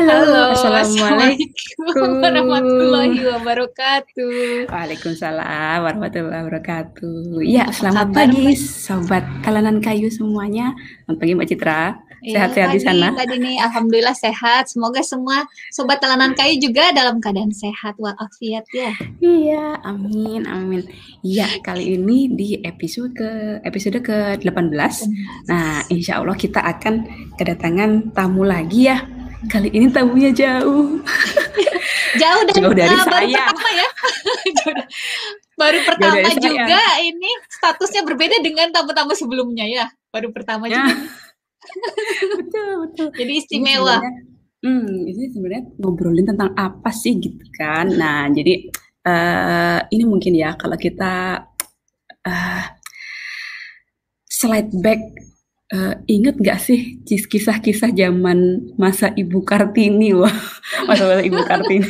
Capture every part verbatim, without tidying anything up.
Halo, Halo, assalamualaikum warahmatullahi assalamualaikum. wabarakatuh. Waalaikumsalam warahmatullahi wabarakatuh. Iya, Apa selamat kabar, pagi Mbak? sobat Telanan Kayu semuanya. Selamat pagi Mbak Citra. Iya, Sehat-sehat di pagi sana? Mbak Dini. Alhamdulillah sehat. Semoga semua sobat Telanan Kayu juga dalam keadaan sehat walafiat ya. Iya, amin, amin. Iya, kali ini di episode ke episode ke delapan belas. Nah, insya Allah kita akan kedatangan tamu lagi ya. Kali ini tamunya jauh. Jauh dan Jauh dari uh, baru saya. pertama ya. Baru Jauh pertama dari saya. juga ini statusnya berbeda dengan tamu-tamu sebelumnya ya. Baru pertama Ya. juga. Betul, betul. Jadi Ini istimewa. sebenarnya, hmm, ini sebenarnya ngobrolin tentang apa sih gitu kan. Nah, jadi eh, ini mungkin ya kalau kita eh, slide back, eh, inget nggak sih kis- kisah-kisah zaman masa Ibu Kartini? Wah, masa-masa Ibu Kartini.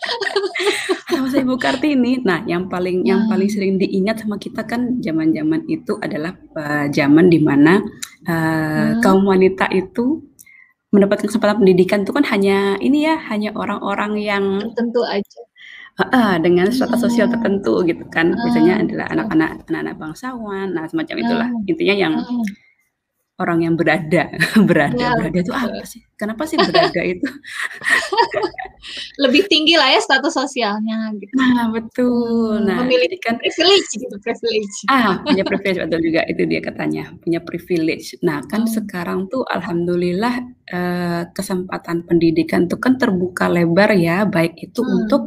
Masa Ibu Kartini. Nah, yang paling yang paling sering diingat sama kita kan zaman-zaman itu adalah eh, zaman dimana uh, Hmm. kaum wanita itu mendapatkan kesempatan pendidikan itu kan hanya ini ya, hanya orang-orang yang Tertentu aja. uh, uh, dengan strata sosial Hmm. tertentu gitu kan. Hmm, Biasanya adalah betul. anak-anak anak-anak bangsawan. Nah, semacam itulah. Hmm. Intinya yang Hmm. orang yang berada. berada, Ya, berada itu betul. apa sih? Kenapa sih berada itu? Lebih tinggi lah ya status sosialnya gitu. Nah, betul. Hmm, Nah, memiliki jadi kan privilege gitu, privilege. ah, punya privilege betul juga itu dia katanya, punya privilege. Nah, kan Hmm. sekarang tuh alhamdulillah eh, kesempatan pendidikan tuh kan terbuka lebar ya, baik itu Hmm. untuk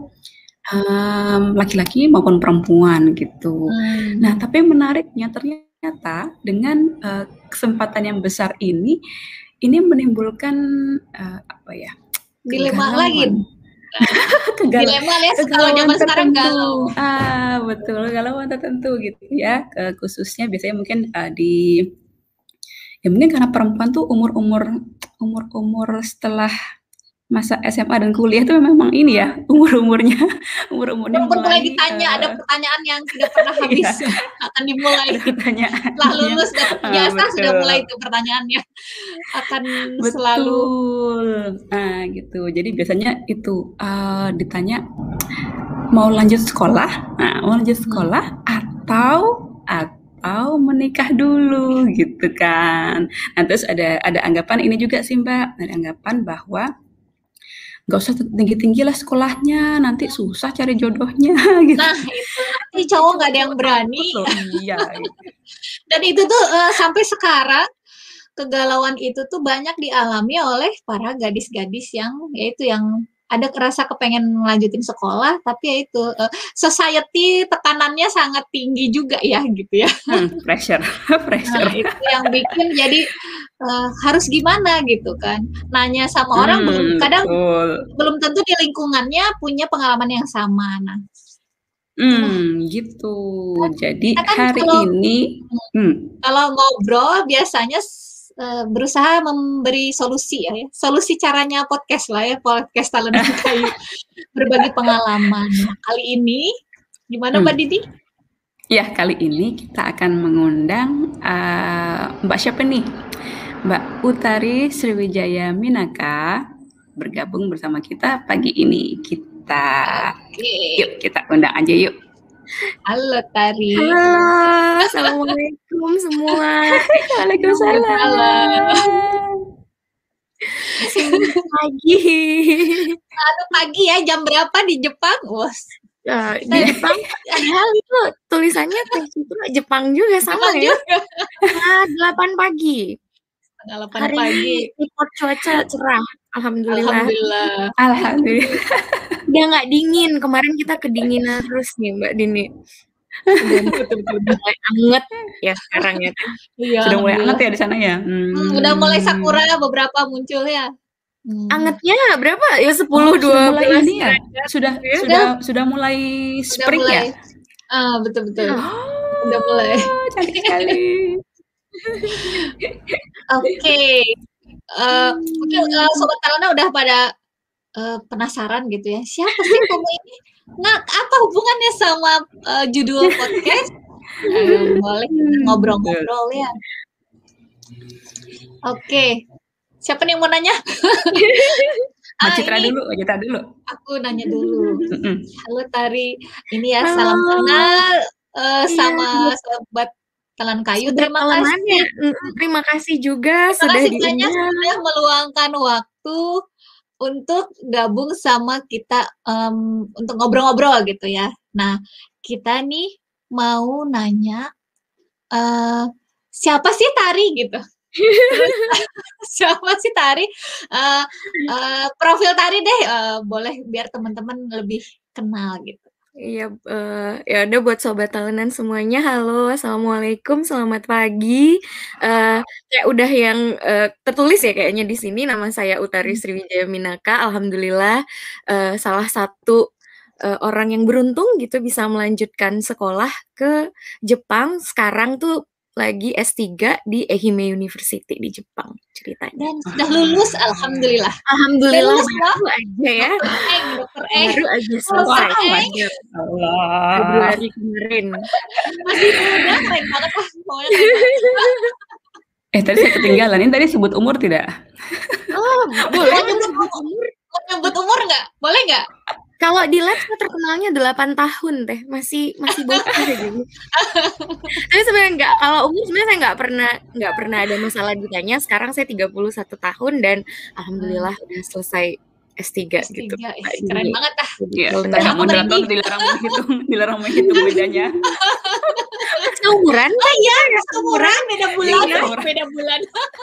em, laki-laki maupun perempuan gitu. Hmm. Nah, tapi menariknya ternyata dengan eh, kesempatan yang besar ini, ini menimbulkan eh, apa ya? Dilema lagi. kegalauan. Kegal- Dilema ya kalau kegalauan zaman sekarang tertentu. galau. Ah, betul, kegalauan tertentu gitu ya. Eh, khususnya biasanya mungkin eh, di ya mungkin karena perempuan tuh umur-umur umur-umur setelah masa S M A dan kuliah tuh memang ini ya, umur-umurnya umur-umurnya Walaupun mulai mulai ditanya ada eh, pertanyaan yang tidak pernah habis iya, akan dimulai. ada pertanyaan. Setelah lulus dapat Ah, ijazah sudah betul. mulai itu pertanyaannya akan selalu Betul. Nah, gitu. Jadi biasanya itu eh, ditanya mau lanjut sekolah, nah, mau lanjut sekolah atau atau menikah dulu gitu kan. Nah, terus ada ada anggapan ini juga sih Mbak, ada anggapan bahwa nggak usah tinggi-tinggi lah sekolahnya, nanti susah cari jodohnya gitu. Nah, itu nanti cowok nggak ada yang berani. Loh, iya. Gitu. Dan itu tuh uh, sampai sekarang kegalauan itu tuh banyak dialami oleh para gadis-gadis yang yaitu yang ada rasa kepengen melanjutin sekolah, tapi ya itu uh, society tekanannya sangat tinggi juga ya gitu ya. Hmm, pressure, pressure. Nah, itu yang bikin jadi uh, harus gimana gitu kan. Nanya sama orang Hmm, belum kadang betul. belum tentu di lingkungannya punya pengalaman yang sama. Nah, Hmm, gitu. Jadi kita kan hari kalau ini, hmm, kalau ngobrol biasanya uh, berusaha memberi solusi ya, ya, solusi caranya podcast lah ya, podcast Telanan Kayu, berbagi pengalaman. Nah, kali ini gimana Hmm. Mbak Didi? ya kali ini kita akan mengundang uh, Mbak siapa nih? Mbak Utari Sriwijaya Minaka bergabung bersama kita pagi ini. Kita, Oke. yuk kita undang aja yuk. Halo Tari. Halo, assalamualaikum semua. Waalaikumsalam. Selamat pagi. Selamat pagi ya, jam berapa di Jepang? Wos. Ya, di Jepang, padahal itu tulisannya itu Jepang juga sama Jepang ya. juga. Setengah delapan pagi. Setengah delapan Hari pagi. ini report cuaca cerah. Alhamdulillah. Alhamdulillah. Alhamdulillah. Udah nggak dingin. Kemarin kita kedinginan terus nih Mbak Dini. Udah Betul-betul. mulai anget ya sekarang ya. Iya, Sudah mulai alhamdulillah. anget ya di sana ya. Hmm. Hmm, udah mulai sakura beberapa muncul ya. Hmm. Angetnya berapa? Ya sepuluh Oh, sudah dua mulai belas ini ya. Sudah ya. sudah sudah mulai Udah spring mulai. ya. Ah, betul-betul. Oh, Udah mulai. cantik sekali. Oke. Eh, mungkin eh, Sobat Talana udah pada eh, penasaran gitu ya. Siapa sih kamu ini? Nah, apa hubungannya sama eh, judul podcast? Eh, boleh kita ngobrol-ngobrol ya. Oke. Siapa nih yang mau nanya? Mbak Ah, Citra ini dulu, Mbak Citra dulu. aku nanya dulu. Mm-mm. Halo Tari, ini ya Halo. salam kenal uh, Iya, sama buat sobat Telan Kayu. sobat Terima talenan ya. kasih. Mm-mm, terima kasih juga Terima sudah kasih banyak diundang. sudah meluangkan waktu untuk gabung sama kita em, untuk ngobrol-ngobrol gitu ya. Nah, kita nih mau nanya eh, siapa sih Tari gitu. Terus siapa sih Tari? Eh, eh, profil Tari deh, eh, boleh biar teman-teman lebih kenal gitu. Iya, eh, ya udah buat sobat talenan semuanya, halo, assalamualaikum, selamat pagi. Eh, kayak udah yang eh, tertulis ya kayaknya di sini, nama saya Utari Sriwijaya Minaka. Alhamdulillah, eh, salah satu eh, orang yang beruntung gitu bisa melanjutkan sekolah ke Jepang. Sekarang tuh lagi S tiga di Ehime University di Jepang ceritanya. Dan sudah lulus, alhamdulillah. Alhamdulillah Lulus ya? baru aja ya, Dokter Eng, Dokter Eng. baru aja Dokter selesai Eng. Masya Allah. Februari kemarin. Masih muda, keren banget lah. Pokoknya keren banget. Eh tadi saya ketinggalan, ini tadi sebut umur tidak? Oh, boleh Mau dong nyebut sebut umur? umur. Mau nyebut umur nggak? Boleh nggak? Kalau di lab saya terkenalnya delapan tahun teh, masih masih bocah gitu. Tapi sebenarnya nggak, kalau umur sebenarnya saya nggak pernah nggak pernah ada masalah ditanya. Sekarang saya tiga puluh satu tahun dan alhamdulillah udah selesai S tiga S gitu. tiga, eh, Jadi- keren banget ah. jadi Iya, kalau kita nggak- nggak moderator merinding. dilarang menghitung, dilarang menghitung bedanya. Seumuran? Oh iya, seumuran beda bulan, Iya, ah, beda bulan.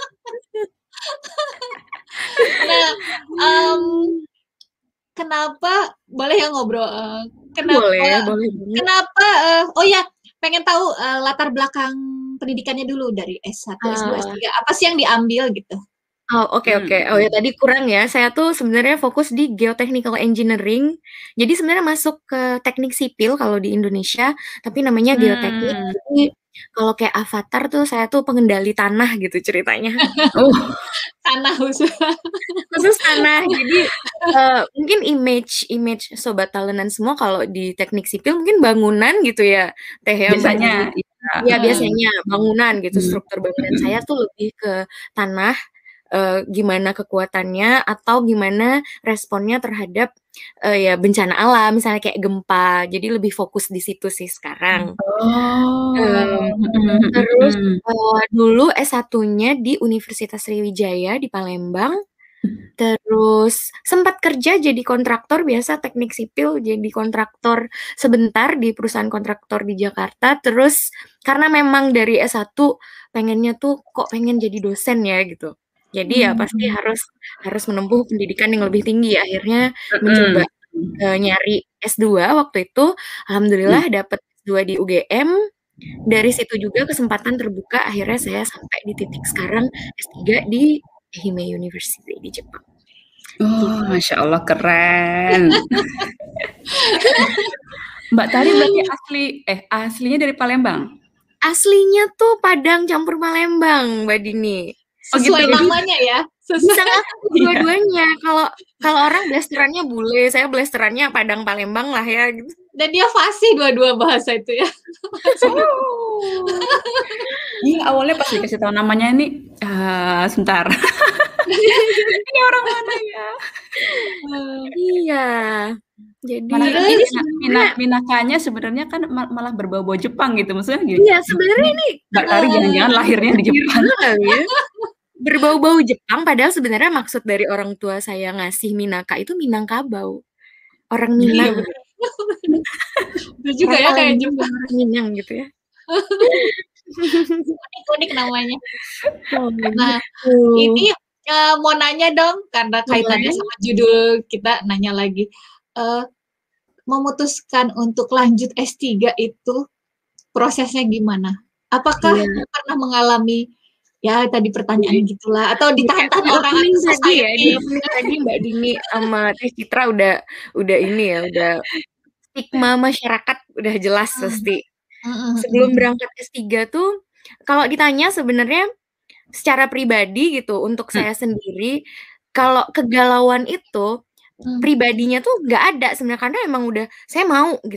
Nah, em, kenapa boleh ya ngobrol? eh, Kenapa? Boleh, boleh banget. Kenapa? eh, oh ya, pengen tahu eh, latar belakang pendidikannya dulu dari S satu, S dua, S tiga. Apa sih yang diambil gitu? Oh, oke Hmm. oke. Oh ya tadi kurang ya. Saya tuh sebenarnya fokus di geotechnical engineering. Jadi sebenarnya masuk ke teknik sipil kalau di Indonesia, tapi namanya geoteknik. Hmm. Jadi kalau kayak Avatar tuh saya tuh pengendali tanah gitu ceritanya. Oh, Tanah khusus. Khusus tanah. Jadi eh, mungkin image image sobat talenan semua kalau di teknik sipil mungkin bangunan gitu ya. Teh ya, Mbak biasanya. Dini. Iya. Ya biasanya bangunan gitu, Hmm. struktur bangunan. Hmm. Saya tuh lebih ke tanah. Uh, gimana kekuatannya atau gimana responnya terhadap uh, ya bencana alam, misalnya kayak gempa. Jadi lebih fokus di situ sih sekarang. Oh. Um, Hmm. terus uh, dulu S satu-nya di Universitas Sriwijaya di Palembang. Terus sempat kerja jadi kontraktor biasa teknik sipil, jadi kontraktor sebentar di perusahaan kontraktor di Jakarta. Terus karena memang dari S satu pengennya tuh kok pengen jadi dosen ya gitu. Jadi ya pasti harus harus menempuh pendidikan yang lebih tinggi. Akhirnya mencoba uh, nyari S dua waktu itu. Alhamdulillah dapat S dua di U G M. Dari situ juga kesempatan terbuka. Akhirnya saya sampai di titik sekarang S tiga di Ehime University di Jepang. Oh, Masya Allah keren. Mbak Tari berarti asli eh aslinya dari Palembang? Aslinya tuh Padang campur Palembang, Mbak Dini. Sesuai oh, gitu. namanya ya. Sesuai. Bisa ngaku dua-duanya. Kalau kalau orang blasterannya bule, saya blasterannya Padang Palembang lah ya. Gitu. Dan dia fasih dua-dua bahasa itu ya. Iya, awalnya pas dikasih tahu namanya ini, uh, sebentar. Ini orang mana ya? Uh, iya. Jadi Mana ini minat minakanya sebenarnya kan malah berbau-bau Jepang gitu, maksudnya gitu. Iya, sebenarnya ini Mbak Tari uh, jangan-jangan lahirnya di Jepang kali ya. Berbau-bau Jepang, padahal sebenarnya maksud dari orang tua saya ngasih Minaka itu Minangkabau. Orang Minang. Itu juga ya kayak Jepang. Orang Minang gitu ya. Unik-unik namanya. Nah, ini uh, mau nanya dong, karena kaitannya sama judul kita, nanya lagi. Uh, memutuskan untuk lanjut S tiga itu prosesnya gimana? Apakah yeah. pernah mengalami ya tadi pertanyaan gitulah atau ditahan-tahan ya, orang atau tadi ya di tadi Mbak Dini sama Teh Citra udah udah ini ya udah stigma masyarakat udah jelas pasti. Hmm. Sebelum berangkat S tiga tuh kalau ditanya sebenarnya secara pribadi gitu untuk hmm. saya sendiri kalau kegalauan itu hmm. pribadinya tuh nggak ada sebenarnya karena emang udah saya mau gitu.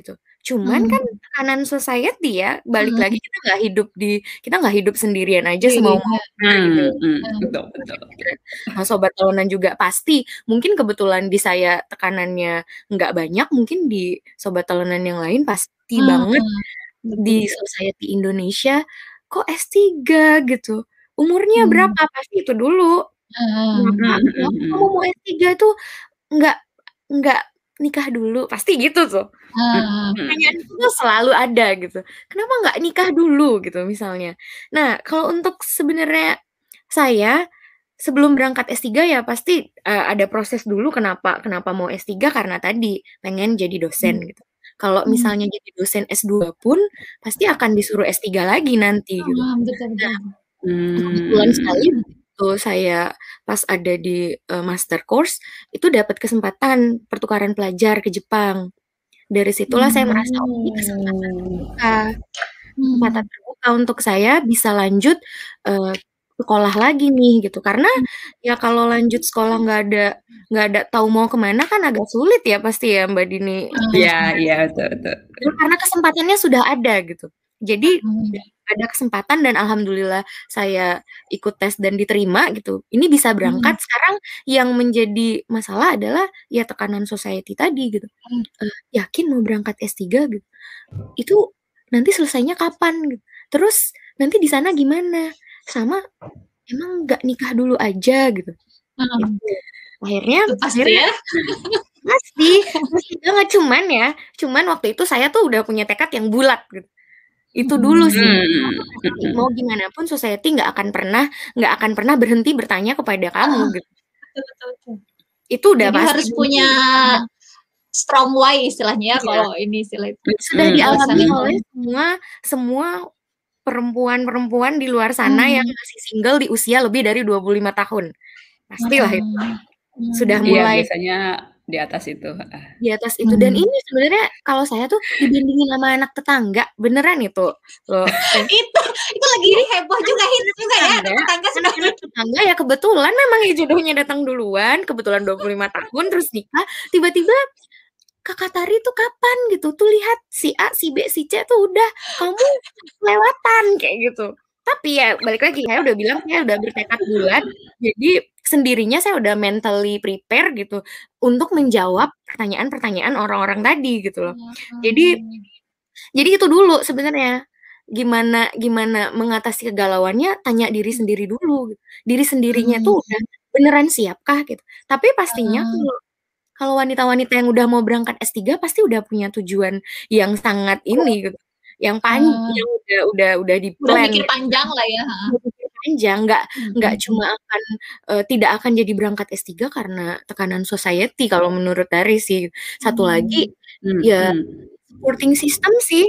Cuman kan Hmm. tekanan society ya, balik Hmm. lagi kita nggak hidup di kita nggak hidup sendirian aja Sendiri. semau-maunya gitu. Hmm, hmm, Hmm. betul, betul. Nah, sobat talonan juga pasti mungkin kebetulan di saya tekanannya nggak banyak, mungkin di sobat talonan yang lain pasti Hmm. banget Betul, di betul. society Indonesia kok S tiga gitu. Umurnya Hmm. berapa? Pasti itu dulu. Hmm. Kenapa Hmm, kenapa hmm, kamu hmm. mau S tiga tuh nggak nggak nikah dulu? Pasti gitu tuh. Hmm. Pertanyaan itu tuh selalu ada gitu. Kenapa nggak nikah dulu gitu misalnya. Nah, kalau untuk sebenarnya saya sebelum berangkat S tiga ya pasti uh, ada proses dulu kenapa kenapa mau S tiga karena tadi pengen jadi dosen Hmm. gitu. Kalau Hmm. misalnya jadi dosen S dua pun pasti akan disuruh S tiga lagi nanti gitu. Hmm. Betul, betul. Nah, kebetulan sekali Hmm. begitu saya pas ada di uh, master course itu dapat kesempatan pertukaran pelajar ke Jepang. Dari situlah saya merasa oh, ini kesempatan terbuka. Kesempatan Hmm. terbuka untuk saya bisa lanjut uh, sekolah lagi nih gitu. Karena ya kalau lanjut sekolah nggak ada nggak ada tahu mau kemana kan agak sulit ya pasti ya Mbak Dini. Iya, iya, betul, betul. Karena kesempatannya sudah ada gitu. Jadi Hmm. ada kesempatan dan alhamdulillah saya ikut tes dan diterima gitu. Ini bisa berangkat. Hmm. Sekarang yang menjadi masalah adalah ya tekanan society tadi gitu. Hmm. Uh, yakin mau berangkat S tiga gitu. Itu nanti selesainya kapan gitu. Terus nanti di sana gimana? Sama emang nggak nikah dulu aja gitu. Hmm. Gitu. Akhirnya Itu pasti akhirnya, ya. Pasti, pasti banget cuman ya, cuman waktu itu saya tuh udah punya tekad yang bulat gitu. Itu dulu sih. Hmm. Mau gimana pun society nggak akan pernah nggak akan pernah berhenti bertanya kepada kamu Ah. gitu. Betul, betul, betul. Itu udah Jadi pasti. harus punya strong why istilahnya ya, Iya. kalau ini istilah itu. Sudah Hmm. dialami Hmm. oleh semua semua perempuan-perempuan di luar sana Hmm. yang masih single di usia lebih dari dua puluh lima tahun. Pastilah itu. Hmm. Sudah Iya, mulai biasanya di atas itu. di atas itu. Dan Hmm. ini sebenarnya kalau saya tuh dibandingin sama anak tetangga, beneran itu loh. itu itu lagi heboh juga, hits juga ya, anak tetangga sudah. Anak tetangga ya kebetulan memang ya jodohnya datang duluan, kebetulan dua puluh lima tahun terus nikah, tiba-tiba Kakak Tari tuh kapan gitu? Tuh lihat si A, si B, si C tuh udah kamu kelewatan kayak gitu. Tapi ya balik lagi saya udah bilang saya udah bertekad bulat. Jadi sendirinya saya udah mentally prepare gitu untuk menjawab pertanyaan-pertanyaan orang-orang tadi gitu loh. Jadi jadi itu dulu sebenarnya. Gimana gimana mengatasi kegalauannya, tanya diri sendiri dulu. Diri sendirinya Hmm. tuh udah beneran siapkah gitu. Tapi pastinya Hmm. kalau kalau wanita-wanita yang udah mau berangkat S tiga pasti udah punya tujuan yang sangat ini gitu. Yang panjang Hmm. yang udah udah udah di Udah plan. mikir panjang lah ya. Udah mikir panjang, nggak Hmm. nggak cuma akan uh, tidak akan jadi berangkat S tiga karena tekanan society kalau menurut Tari sih. Satu Hmm. lagi Hmm. ya Hmm. supporting system sih.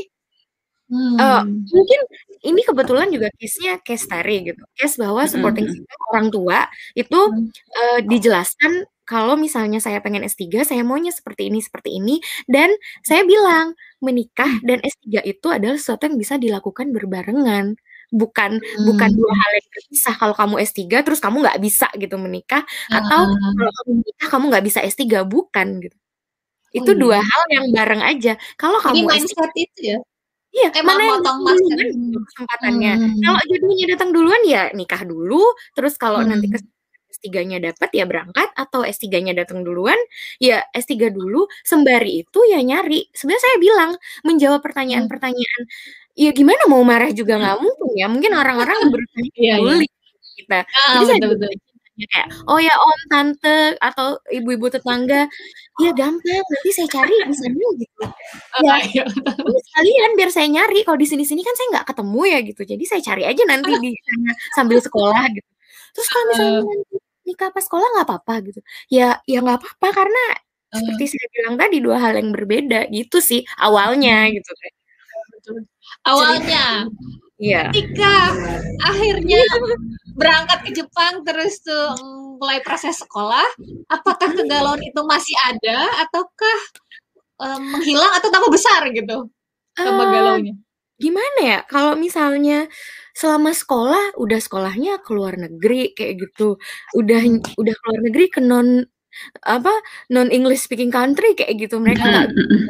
Hmm. Uh, mungkin ini kebetulan juga case-nya case Tari gitu. Case bahwa supporting Hmm. system orang tua itu uh, dijelaskan kalau misalnya saya pengen S tiga, saya maunya seperti ini, seperti ini. Dan saya bilang, menikah dan S tiga itu adalah sesuatu yang bisa dilakukan berbarengan. Bukan Hmm. bukan dua hal yang terpisah. Kalau kamu S tiga, terus kamu nggak bisa gitu menikah. Atau Hmm. kalau kamu menikah, kamu nggak bisa S tiga. Bukan gitu. Itu Oh, iya. dua hal yang bareng aja. Kalau Jadi kamu mindset S tiga, itu ya? iya, Eh, mana yang motong datang masker. duluan gitu kesempatannya. Hmm. Kalau jodohnya datang duluan ya nikah dulu. Terus kalau Hmm. nanti ke S tiganya dapat ya berangkat, atau S tiganya datang duluan ya S tiga dulu, sembari itu ya nyari. Sebenarnya saya bilang menjawab pertanyaan-pertanyaan ya gimana mau marah juga nggak mungkin ya. Mungkin orang-orang berusaha Iya, iya. peduli kita. Ah, Jadi saya betul, juga betul. kayak oh ya om, tante, atau ibu-ibu tetangga, ya gampang nanti saya cari di sana gitu. Ya, Ah, iya. ini sekalian biar saya nyari. Kalau di sini-sini kan saya nggak ketemu ya gitu. Jadi saya cari aja nanti di sana sambil sekolah gitu. Terus kalau misalnya nanti nikah pas sekolah nggak apa-apa gitu. Ya ya nggak apa-apa karena Hmm. seperti saya bilang tadi dua hal yang berbeda gitu sih awalnya gitu kan. Betul. Awalnya. Iya. Ketika akhirnya berangkat ke Jepang terus tuh mulai proses sekolah, apakah kegalauan itu masih ada ataukah um, menghilang atau tambah besar gitu? Tambah Uh, galaunya. gimana ya kalau misalnya selama sekolah udah sekolahnya ke luar negeri kayak gitu, udah udah ke luar negeri ke non apa non English speaking country kayak gitu, mereka nggak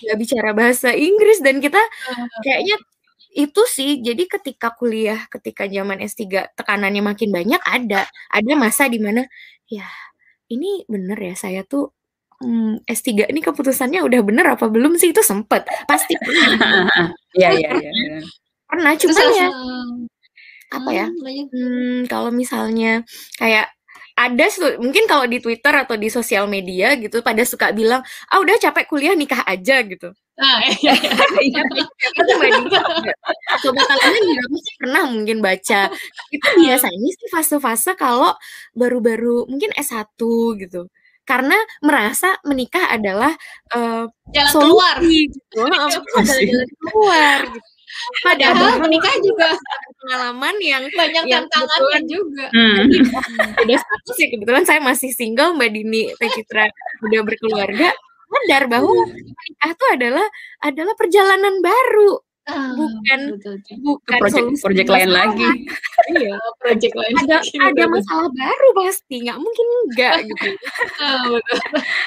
nggak bicara bahasa Inggris dan kita kayaknya itu sih. Jadi ketika kuliah, ketika zaman S tiga tekanannya makin banyak, ada ada masa di mana ya ini bener ya saya tuh hmm, S tiga ini keputusannya udah bener apa belum sih, itu sempet pasti pernah. Iya iya iya. Pernah, Terus cuman ya langsung apa ya? hmm, lanjut. Hmm, kalau misalnya kayak ada su- mungkin kalau di Twitter atau di sosial media gitu pada suka bilang, ah udah capek kuliah nikah aja gitu. Ah, iya, iya. Iya. Itu Mbak Dini juga. Sobat Talenan juga pasti pernah mungkin baca. Itu biasanya sih fase-fase kalau baru-baru mungkin S satu gitu. Karena merasa menikah adalah eh, Jalan solusi keluar. gitu. Heeh, betul, adalah jalan keluar gitu. Padahal Padahal menikah juga pengalaman yang banyak yang tantangannya kebetulan juga. Hmm. beda status ya, kebetulan saya masih single, Mbak Dini Teh Citra udah berkeluarga, sadar bahwa menikah itu adalah adalah perjalanan baru, Ah, bukan betul, betul. bukan Project solusi project lain masalah. lagi. Iya, Oh, project lain ada lagi, ada betul, betul. masalah baru pasti, nggak mungkin enggak gitu. Ah, betul.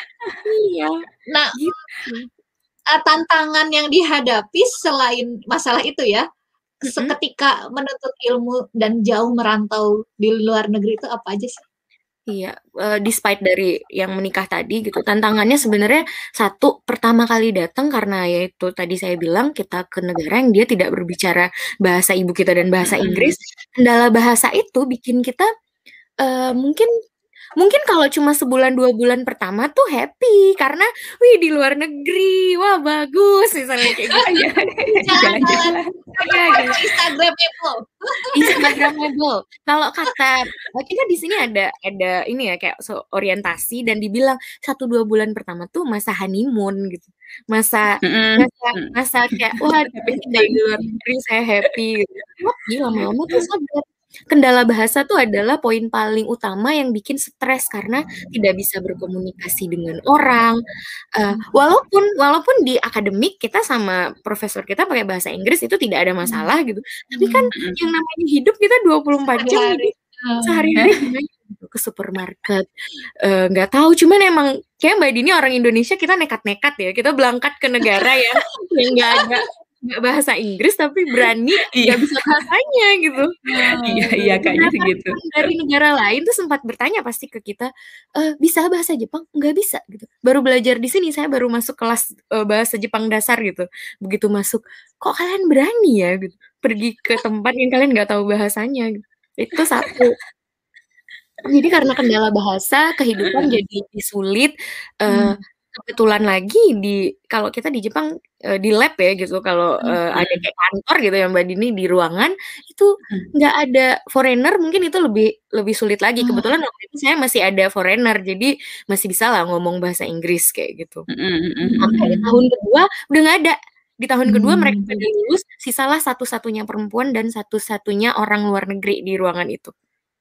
Iya, Nah, gitu. eh, tantangan yang dihadapi selain masalah itu ya, Mm-mm. seketika menuntut ilmu dan jauh merantau di luar negeri itu apa aja sih? Iya, eh, despite dari yang menikah tadi gitu, tantangannya sebenarnya satu, pertama kali datang karena yaitu tadi saya bilang kita ke negara yang dia tidak berbicara bahasa ibu kita dan bahasa Mm-mm. Inggris. Kendala bahasa itu bikin kita eh, mungkin mungkin kalau cuma sebulan dua bulan pertama tuh happy karena wih di luar negeri, wah bagus misalnya kayak gitu. Iya, Jalan-jalan, Ya, gitu. Instagramable. Instagramable. Kalau kata kita di sini ada ada ini ya kayak so, orientasi dan dibilang satu dua bulan pertama tuh masa honeymoon gitu, masa Mm-mm. masa masa kayak wah tinggal di luar negeri saya happy gitu. Tapi lama-lama tuh sadar kendala bahasa tuh adalah poin paling utama yang bikin stres karena tidak bisa berkomunikasi dengan orang. Uh, walaupun walaupun di akademik kita sama profesor kita pakai bahasa Inggris itu tidak ada masalah gitu. Tapi kan Mm-mm. yang namanya hidup kita dua puluh empat jam Sehari-hari. hidup sehari-hari gimana gitu, ke supermarket eh, nggak tahu, cuman emang kayak Mbak Dini orang Indonesia kita nekat-nekat ya, kita berangkat ke negara yang yang nggak ada nggak bahasa Inggris tapi berani Iya. nggak bisa bahasanya gitu. Iya iya kayaknya Beberapa segitu. teman dari negara lain tuh sempat bertanya pasti ke kita, e, bisa bahasa Jepang? Nggak bisa gitu. Baru belajar di sini, saya baru masuk kelas uh, bahasa Jepang dasar gitu. Begitu masuk, kok kalian berani ya gitu pergi ke tempat yang kalian nggak tahu bahasanya gitu. Itu satu. Jadi karena kendala bahasa, kehidupan jadi sulit. Uh, kebetulan lagi di kalau kita di Jepang uh, di lab ya gitu, kalau uh, ada kayak kantor gitu ya Mbak Dini di ruangan itu nggak ada foreigner, mungkin itu lebih lebih sulit lagi. Kebetulan waktu itu saya masih ada foreigner, jadi masih bisa lah ngomong bahasa Inggris kayak gitu. Sampai di tahun kedua udah nggak ada. Di tahun kedua Hmm. mereka udah lulus, sisalah satu-satunya perempuan dan satu-satunya orang luar negeri di ruangan itu.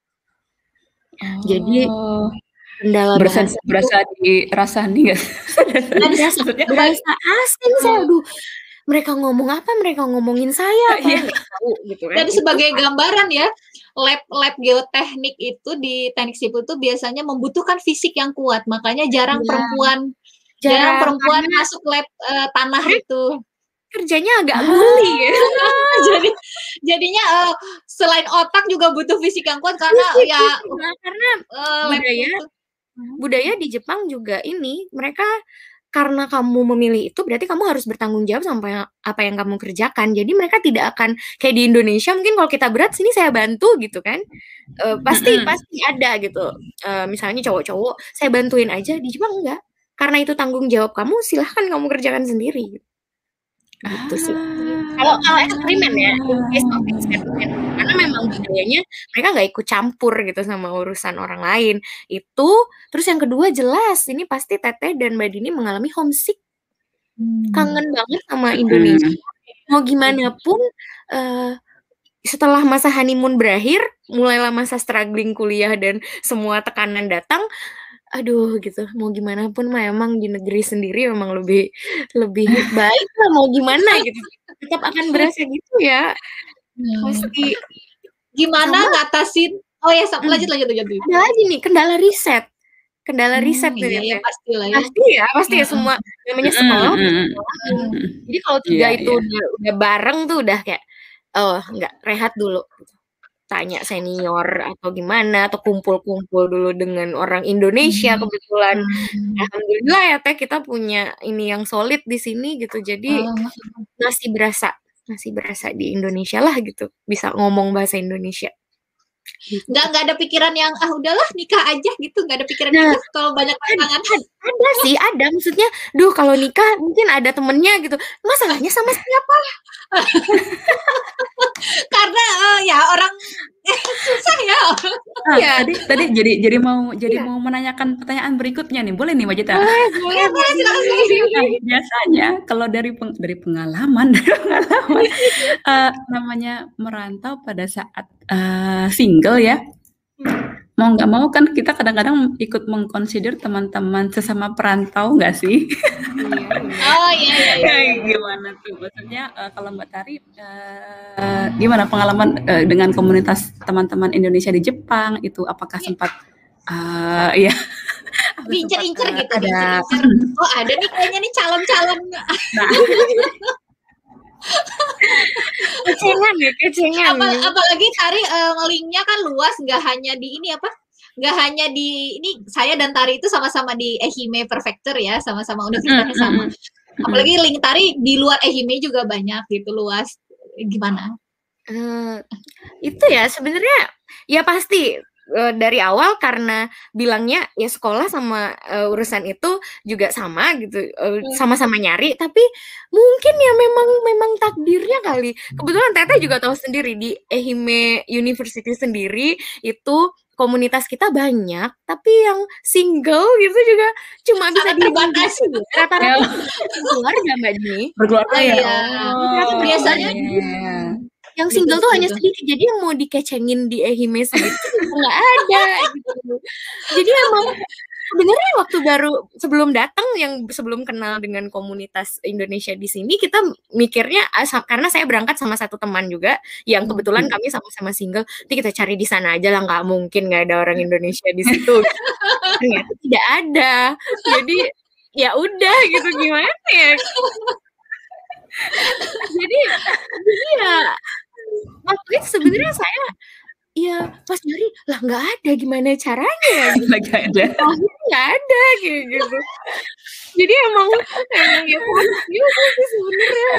Oh. Jadi kendala berasa bahasa berasa dirasani nggak? berasa, berasa asing saya, aduh mereka ngomong apa, mereka ngomongin saya apa, nggak tahu gitu kan. Dan sebagai gambaran ya, lab-lab geoteknik itu di teknik sipil itu biasanya membutuhkan fisik yang kuat, makanya jarang Ya. perempuan Jarang, jarang perempuan karena masuk lab uh, tanah itu. Kerjanya agak bully ya. Jadi jadinya uh, selain otak juga butuh fisik yang kuat karena Fisik, ya nah, karena uh, lab budaya itu. budaya di Jepang juga ini, mereka karena kamu memilih itu berarti kamu harus bertanggung jawab sampai apa yang kamu kerjakan. Jadi mereka tidak akan kayak di Indonesia mungkin kalau kita berat sini saya bantu gitu kan, uh, pasti Mm-mm. pasti ada gitu. Uh, misalnya cowok-cowok saya bantuin aja, di Jepang enggak, karena itu tanggung jawab kamu, silahkan kamu kerjakan sendiri. Gitu sih. Kalau kalau eksperimen ya, case of experiment, karena memang budayanya mereka nggak ikut campur gitu sama urusan orang lain. Itu terus yang kedua jelas ini pasti Teteh dan Mbak Dini mengalami homesick, kangen banget sama Indonesia. Mau gimana pun uh, setelah masa honeymoon berakhir, mulailah masa struggling kuliah dan semua tekanan datang. Aduh gitu, mau gimana pun mah emang di negeri sendiri memang lebih lebih baik lah, mau gimana gitu, tetap akan berasa gitu ya. Pasti gimana sama, ngatasin, oh ya lanjut lanjut lanjut. ada lagi nih kendala riset, kendala riset Hmm, tuh iya ya, ya Teh. pastilah ya. Pasti ya, pasti ya Heeh. semua namanya Mhm sekolah mhm pasti mhm. ngalamin. Mhm. Jadi kalau tiga Iya itu iya. udah udah bareng tuh udah kayak, oh enggak, rehat dulu gitu. Tanya senior atau gimana, atau kumpul-kumpul dulu dengan orang Indonesia Hmm. kebetulan. Hmm. Alhamdulillah ya Teh, kita punya ini yang solid di sini gitu. Jadi Heeh. masih berasa, masih berasa di Indonesia lah gitu, bisa ngomong bahasa Indonesia. Gitu. Nggak nggak ada pikiran yang, ah udahlah nikah aja gitu, nggak ada pikiran Nah, gitu kalau banyak ad pasangan? ad ada sih, ada. Maksudnya, duh kalau nikah mungkin ada temennya gitu. Masalahnya sama siapa? Karena uh, ya orang susah ya. Ah, Iya. tadi tadi jadi jadi mau jadi Iya. mau menanyakan pertanyaan berikutnya nih. Boleh nih Mbak Jita? Boleh, boleh, Boleh, silakan, boleh. silakan. Nah, biasanya kalau dari peng dari pengalaman dari pengalaman, eee, namanya merantau pada saat, eee, single ya, Hmm. mau nggak mau kan kita kadang-kadang ikut meng-consider teman-teman sesama perantau nggak sih? Iya, bener. Oh, iya iya iya Kayak iya. gimana tuh? Maksudnya, eee, kalau Mbak Tari, eee, gimana pengalaman, eee, dengan komunitas teman-teman Indonesia di Jepang itu apakah Iya. sempat, eee, iya, apa sempat, Diincer-incer eee, gitu, ada diincer-incer. mhm. Oh ada nih kayaknya nih calon-calon. Nah. Kecengan ya, kecengan Apa gitu. apalagi Tari, eee, link-nya kan luas, nggak hanya di ini apa, nggak hanya di ini, saya dan Tari itu sama-sama di Ehime Prefecture ya, sama-sama Mhm universitasnya sama. mhm. Apalagi Mhm. link Tari di luar Ehime juga banyak gitu, luas. Gimana? Eee, itu ya sebenarnya ya pasti, eee, dari awal karena bilangnya ya sekolah sama, eee, urusan itu juga sama gitu, eee, Hmm. sama-sama nyari, tapi mungkin ya memang memang takdirnya kali. Kebetulan Teteh juga tahu sendiri di Ehime University sendiri itu komunitas kita banyak, tapi yang single gitu juga cuma bisa Sangat dihitung terbatas. jari. Rata-rata Ya. berkeluarga Mbak Dini. Berkeluarga Oh ya? iya. Rata-rata Oh, Biasanya iya berkeluarga. iya iya. Yang Betul single tuh hanya betul. sedikit, jadi yang mau dikecengin di Ehime segitu juga nggak ada gitu. Jadi emang sebenarnya waktu baru sebelum datang yang sebelum kenal dengan komunitas Indonesia di sini, kita mikirnya asa karena saya berangkat sama satu teman juga yang kebetulan kami sama-sama single, nanti kita cari di sana aja lah, nggak mungkin nggak ada orang Indonesia di situ. Ternyata tidak ada. Jadi ya udah gitu, gimana ya? Jadi jadi ya waktu itu sebenarnya saya ya pas nyari, lah nggak ada, gimana caranya ya gitu. Nggak ada. Akhirnya nggak ada kayak gitu. Jadi emang emang ya kocak juga sih sebenarnya.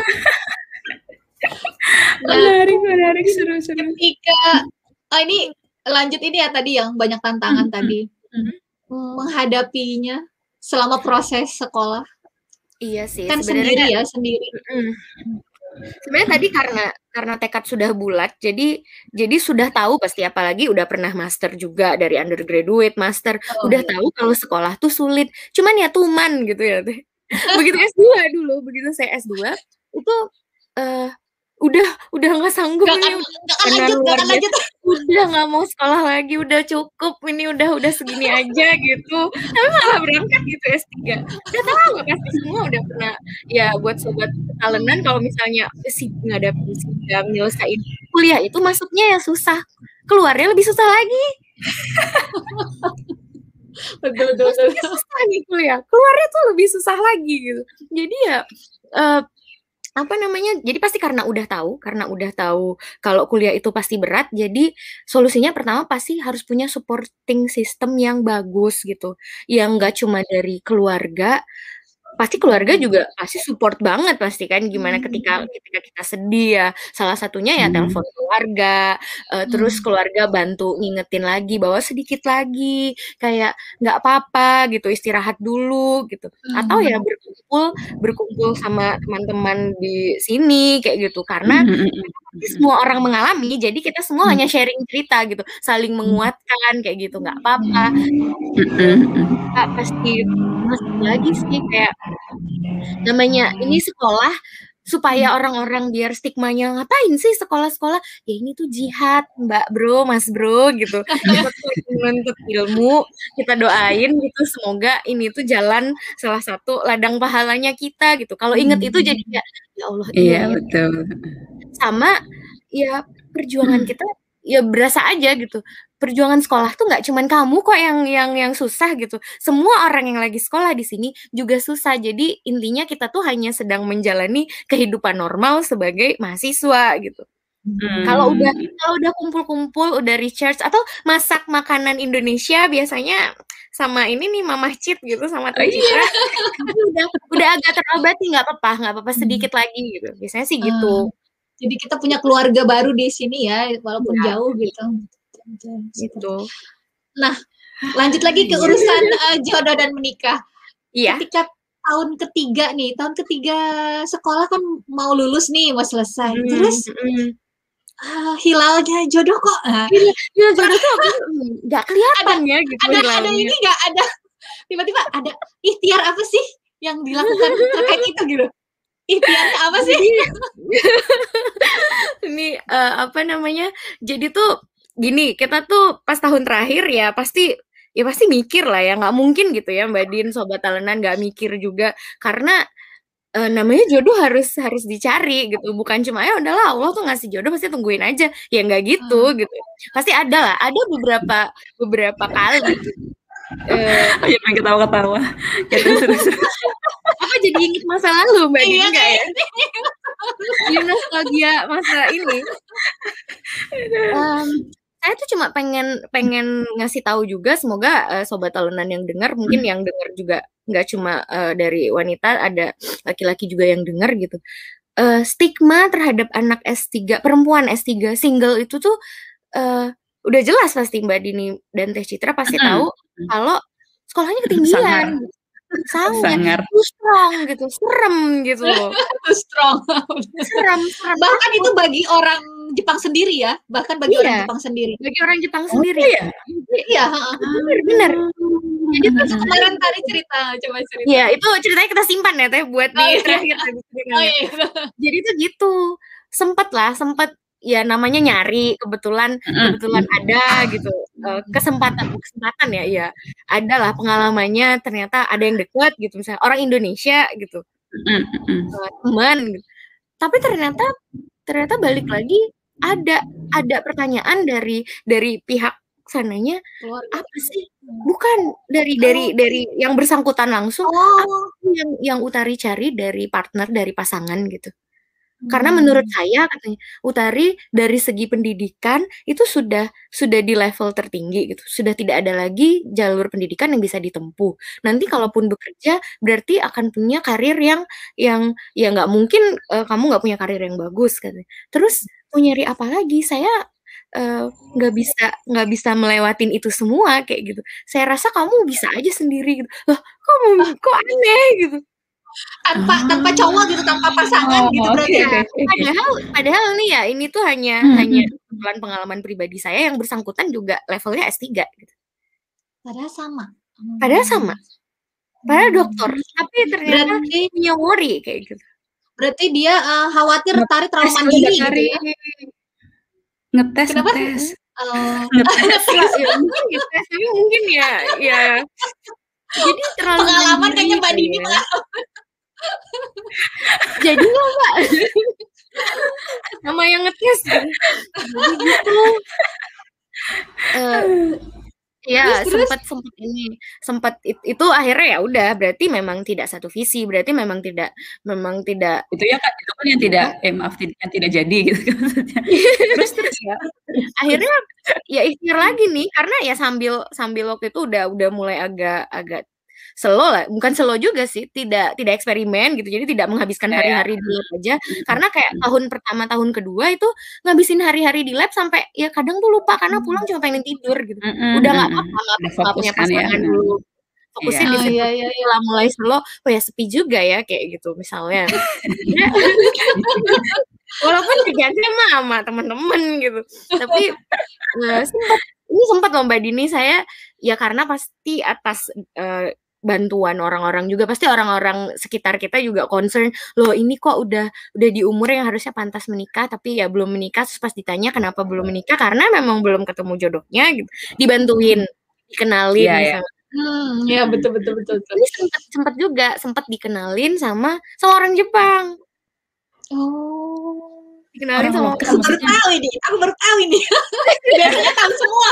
Nah, Menarik menarik, seru seru. ketika oh ini lanjut ini ya tadi yang banyak tantangan Mhm tadi. mhm. Menghadapinya selama proses sekolah. Iya sih Kan sebenarnya sendiri ya, sendiri. mhm. Sebenarnya tadi karena karena tekad sudah bulat, jadi jadi sudah tahu pasti, apalagi udah pernah master juga dari undergraduate, master, Oh, udah iya. tahu kalau sekolah tuh sulit. Cuman ya tuman gitu ya Teh. Begitu S dua dulu, begitu saya S dua itu, eee, udah udah nggak sanggup Nggak ini, akan udah nggak akan tekanan lanjut nggak luar akan biasa. lanjut. Udah nggak mau sekolah lagi, udah cukup ini, udah udah segini aja gitu. Tapi malah berangkat gitu S tiga. Udah tahu pasti semua udah pernah ya buat sobat petalenan kalau misalnya si ngadapin sidang, nyelesain kuliah itu masuknya ya susah, keluarnya lebih susah lagi. Betul betul betul. Masuknya susah nih kuliah, keluarnya tuh lebih susah lagi gitu. Jadi ya, eee, apa namanya, jadi pasti karena udah tahu karena udah tahu kalau kuliah itu pasti berat, jadi solusinya pertama pasti harus punya supporting system yang bagus gitu, yang nggak cuma dari keluarga, pasti keluarga juga pasti support banget pasti kan, gimana ketika ketika kita sedih ya, salah satunya ya Mhm. telepon keluarga, eee, terus Hmm. keluarga bantu ngingetin lagi bahwa sedikit lagi, kayak nggak apa-apa gitu, istirahat dulu gitu, atau ya Hmm. berkumpul berkumpul sama teman-teman di sini kayak gitu. Karena Mhm mhm pasti mhm. semua orang mengalami, jadi kita semua Mhm. hanya sharing cerita gitu, saling menguatkan kayak gitu, nggak apa-apa. Mhm mhm. Kak, pasti masih lagi sih kayak namanya ini sekolah supaya orang-orang biar stigmanya, "Ngapain sih sekolah-sekolah?" Ya ini tuh jihad Mbak, Bro, Mas Bro gitu. Kita tuh lagi menuntut ilmu, kita doain gitu semoga ini tuh jalan salah satu ladang pahalanya kita gitu. Kalau inget itu jadi kayak, ya Allah iya Iya ya. betul. Sama ya perjuangan kita ya berasa aja gitu. Perjuangan sekolah tuh nggak cuman kamu kok yang yang yang susah gitu. Semua orang yang lagi sekolah di sini juga susah. Jadi intinya kita tuh hanya sedang menjalani kehidupan normal sebagai mahasiswa gitu. Hmm. Kalau udah kalau udah kumpul-kumpul, udah recharge atau masak makanan Indonesia biasanya sama ini nih Mamah Cit gitu sama Teh Citra, udah udah agak terobati, nggak apa-apa, nggak apa-apa sedikit lagi gitu. Biasanya sih gitu. Uh, jadi kita punya keluarga baru di sini ya, walaupun Ya. jauh gitu. Gitu. Nah, lanjut lagi ke urusan uh, jodoh dan menikah. Iya. Ketika tahun ketiga nih, tahun ketiga sekolah kan mau lulus nih, mau selesai. Hmm, Terus hmm. uh, hilalnya jodoh kok. Uh, Hilal jodoh tuh nggak kelihatan ya gitu. Ada ada ini nggak ada tiba-tiba ada ikhtiar apa sih yang dilakukan terkait itu gitu? Ikhtiarnya apa sih? Ini uh, apa namanya? Jadi tuh gini, kita tuh pas tahun terakhir ya pasti ya pasti mikir lah ya, nggak mungkin gitu ya Mbak Din, Sobat Talenan nggak mikir juga karena uh, namanya jodoh harus harus dicari gitu, bukan cuma ya udahlah Allah tuh ngasih jodoh pasti tungguin aja, ya nggak gitu hmm. gitu, pasti ada lah, ada beberapa beberapa kali. Eh, uh, ya pengen ketawa-ketawa. Ya terus apa jadi inget masa lalu Mbak Din enggak ya? Dia nostalgia masa ini. Um, saya tuh cuma pengen pengen ngasih tahu juga, semoga uh, Sobat Talenan yang dengar, mungkin yang dengar juga nggak cuma uh, dari wanita, ada laki-laki juga yang dengar gitu. Uh, stigma terhadap anak S tiga, perempuan S tiga single itu tuh uh, udah jelas pasti Mbak Dini dan Teh Citra pasti tahu kalau sekolahnya ketinggian. Sangat too strong gitu, serem gitu loh. Too strong. Serem, serem. Bahkan itu bagi orang Jepang sendiri ya, bahkan bagi iya, orang Jepang sendiri. Bagi orang Jepang oh, sendiri. Iya, iya, benar, benar. Jadi itu kemarin tadi cerita, coba cerita. Iya, itu ceritanya kita simpan ya Teh buat di oh, terakhir. Iya. Oh, iya. Jadi itu gitu, sempet lah, sempet ya namanya nyari, kebetulan kebetulan ada gitu uh, kesempatan kesempatan ya ya ada lah pengalamannya, ternyata ada yang deket gitu, misalnya orang Indonesia gitu, uh, teman gitu. Tapi ternyata ternyata balik lagi ada ada pertanyaan dari dari pihak sananya, apa sih, bukan dari dari dari yang bersangkutan langsung, oh. apa yang yang Utari cari dari partner, dari pasangan gitu. Karena menurut saya katanya Utari dari segi pendidikan itu sudah sudah di level tertinggi gitu, sudah tidak ada lagi jalur pendidikan yang bisa ditempuh. Nanti kalaupun bekerja berarti akan punya karir yang yang ya nggak mungkin uh, kamu nggak punya karir yang bagus katanya. Terus mau nyari apa lagi? Saya nggak uh, bisa nggak bisa melewatin itu semua kayak gitu. Saya rasa kamu bisa aja sendiri gitu. Loh, kamu kok aneh gitu. tanpa ah. tanpa cowok gitu, tanpa pasangan oh, gitu berarti okay, ya. Okay. Padahal padahal nih ya ini tuh hanya hmm. hanya pengalaman pribadi saya, yang bersangkutan juga levelnya S tiga gitu. Padahal sama. Padahal sama. Padahal dokter, hmm. tapi ternyata berarti, punya worry kayak gitu. Berarti dia uh, khawatir Tari terlalu mandiri gitu ya. Ngetes, Kenapa? ngetes. Uh, ngetes. ya, mungkin ngetes, tapi mungkin ya ya jadi terlalu pengalaman kayaknya Mbak Dini pengalaman. Jadi lo Mbak sama yang ngetes jadi gitu. Uh, ya sempat sempat ini sempat it, itu akhirnya ya udah, berarti memang tidak satu visi, berarti memang tidak memang tidak itu ya kan, itu kan yang tidak eh maaf yang tidak jadi gitu terus terus ya akhirnya ya ikhtiar lagi nih, karena ya sambil sambil waktu itu udah udah mulai agak agak slow lah, bukan slow juga sih, tidak tidak eksperimen gitu, jadi tidak menghabiskan hari-hari di lab aja, karena kayak tahun pertama tahun kedua itu ngabisin hari-hari di lab sampai ya kadang tuh lupa karena pulang cuma pengen tidur gitu, mm-hmm. udah nggak apa-apa nggak punya pasangan ya, dulu fokusnya yeah. di sepi, oh, iya, iya, iya. mulai slow, oh ya sepi juga ya kayak gitu misalnya. Walaupun kerjanya mah sama teman-teman gitu, tapi uh, sempat ini sempat loh Mbak Dini, saya ya karena pasti atas uh, bantuan orang-orang juga, pasti orang-orang sekitar kita juga concern, loh ini kok udah udah di umur yang harusnya pantas menikah tapi ya belum menikah, terus pas ditanya kenapa belum menikah, karena memang belum ketemu jodohnya gitu, dibantuin, dikenalin yeah, misalnya. Yeah. Hmm, ya betul betul betul. betul. Ini sempat sempat juga sempat dikenalin sama sama orang Jepang. Oh, dikenalin Orang sama lokal Aku baru maksudnya. tahu ini, aku baru tahu ini. Biasanya tahu semua.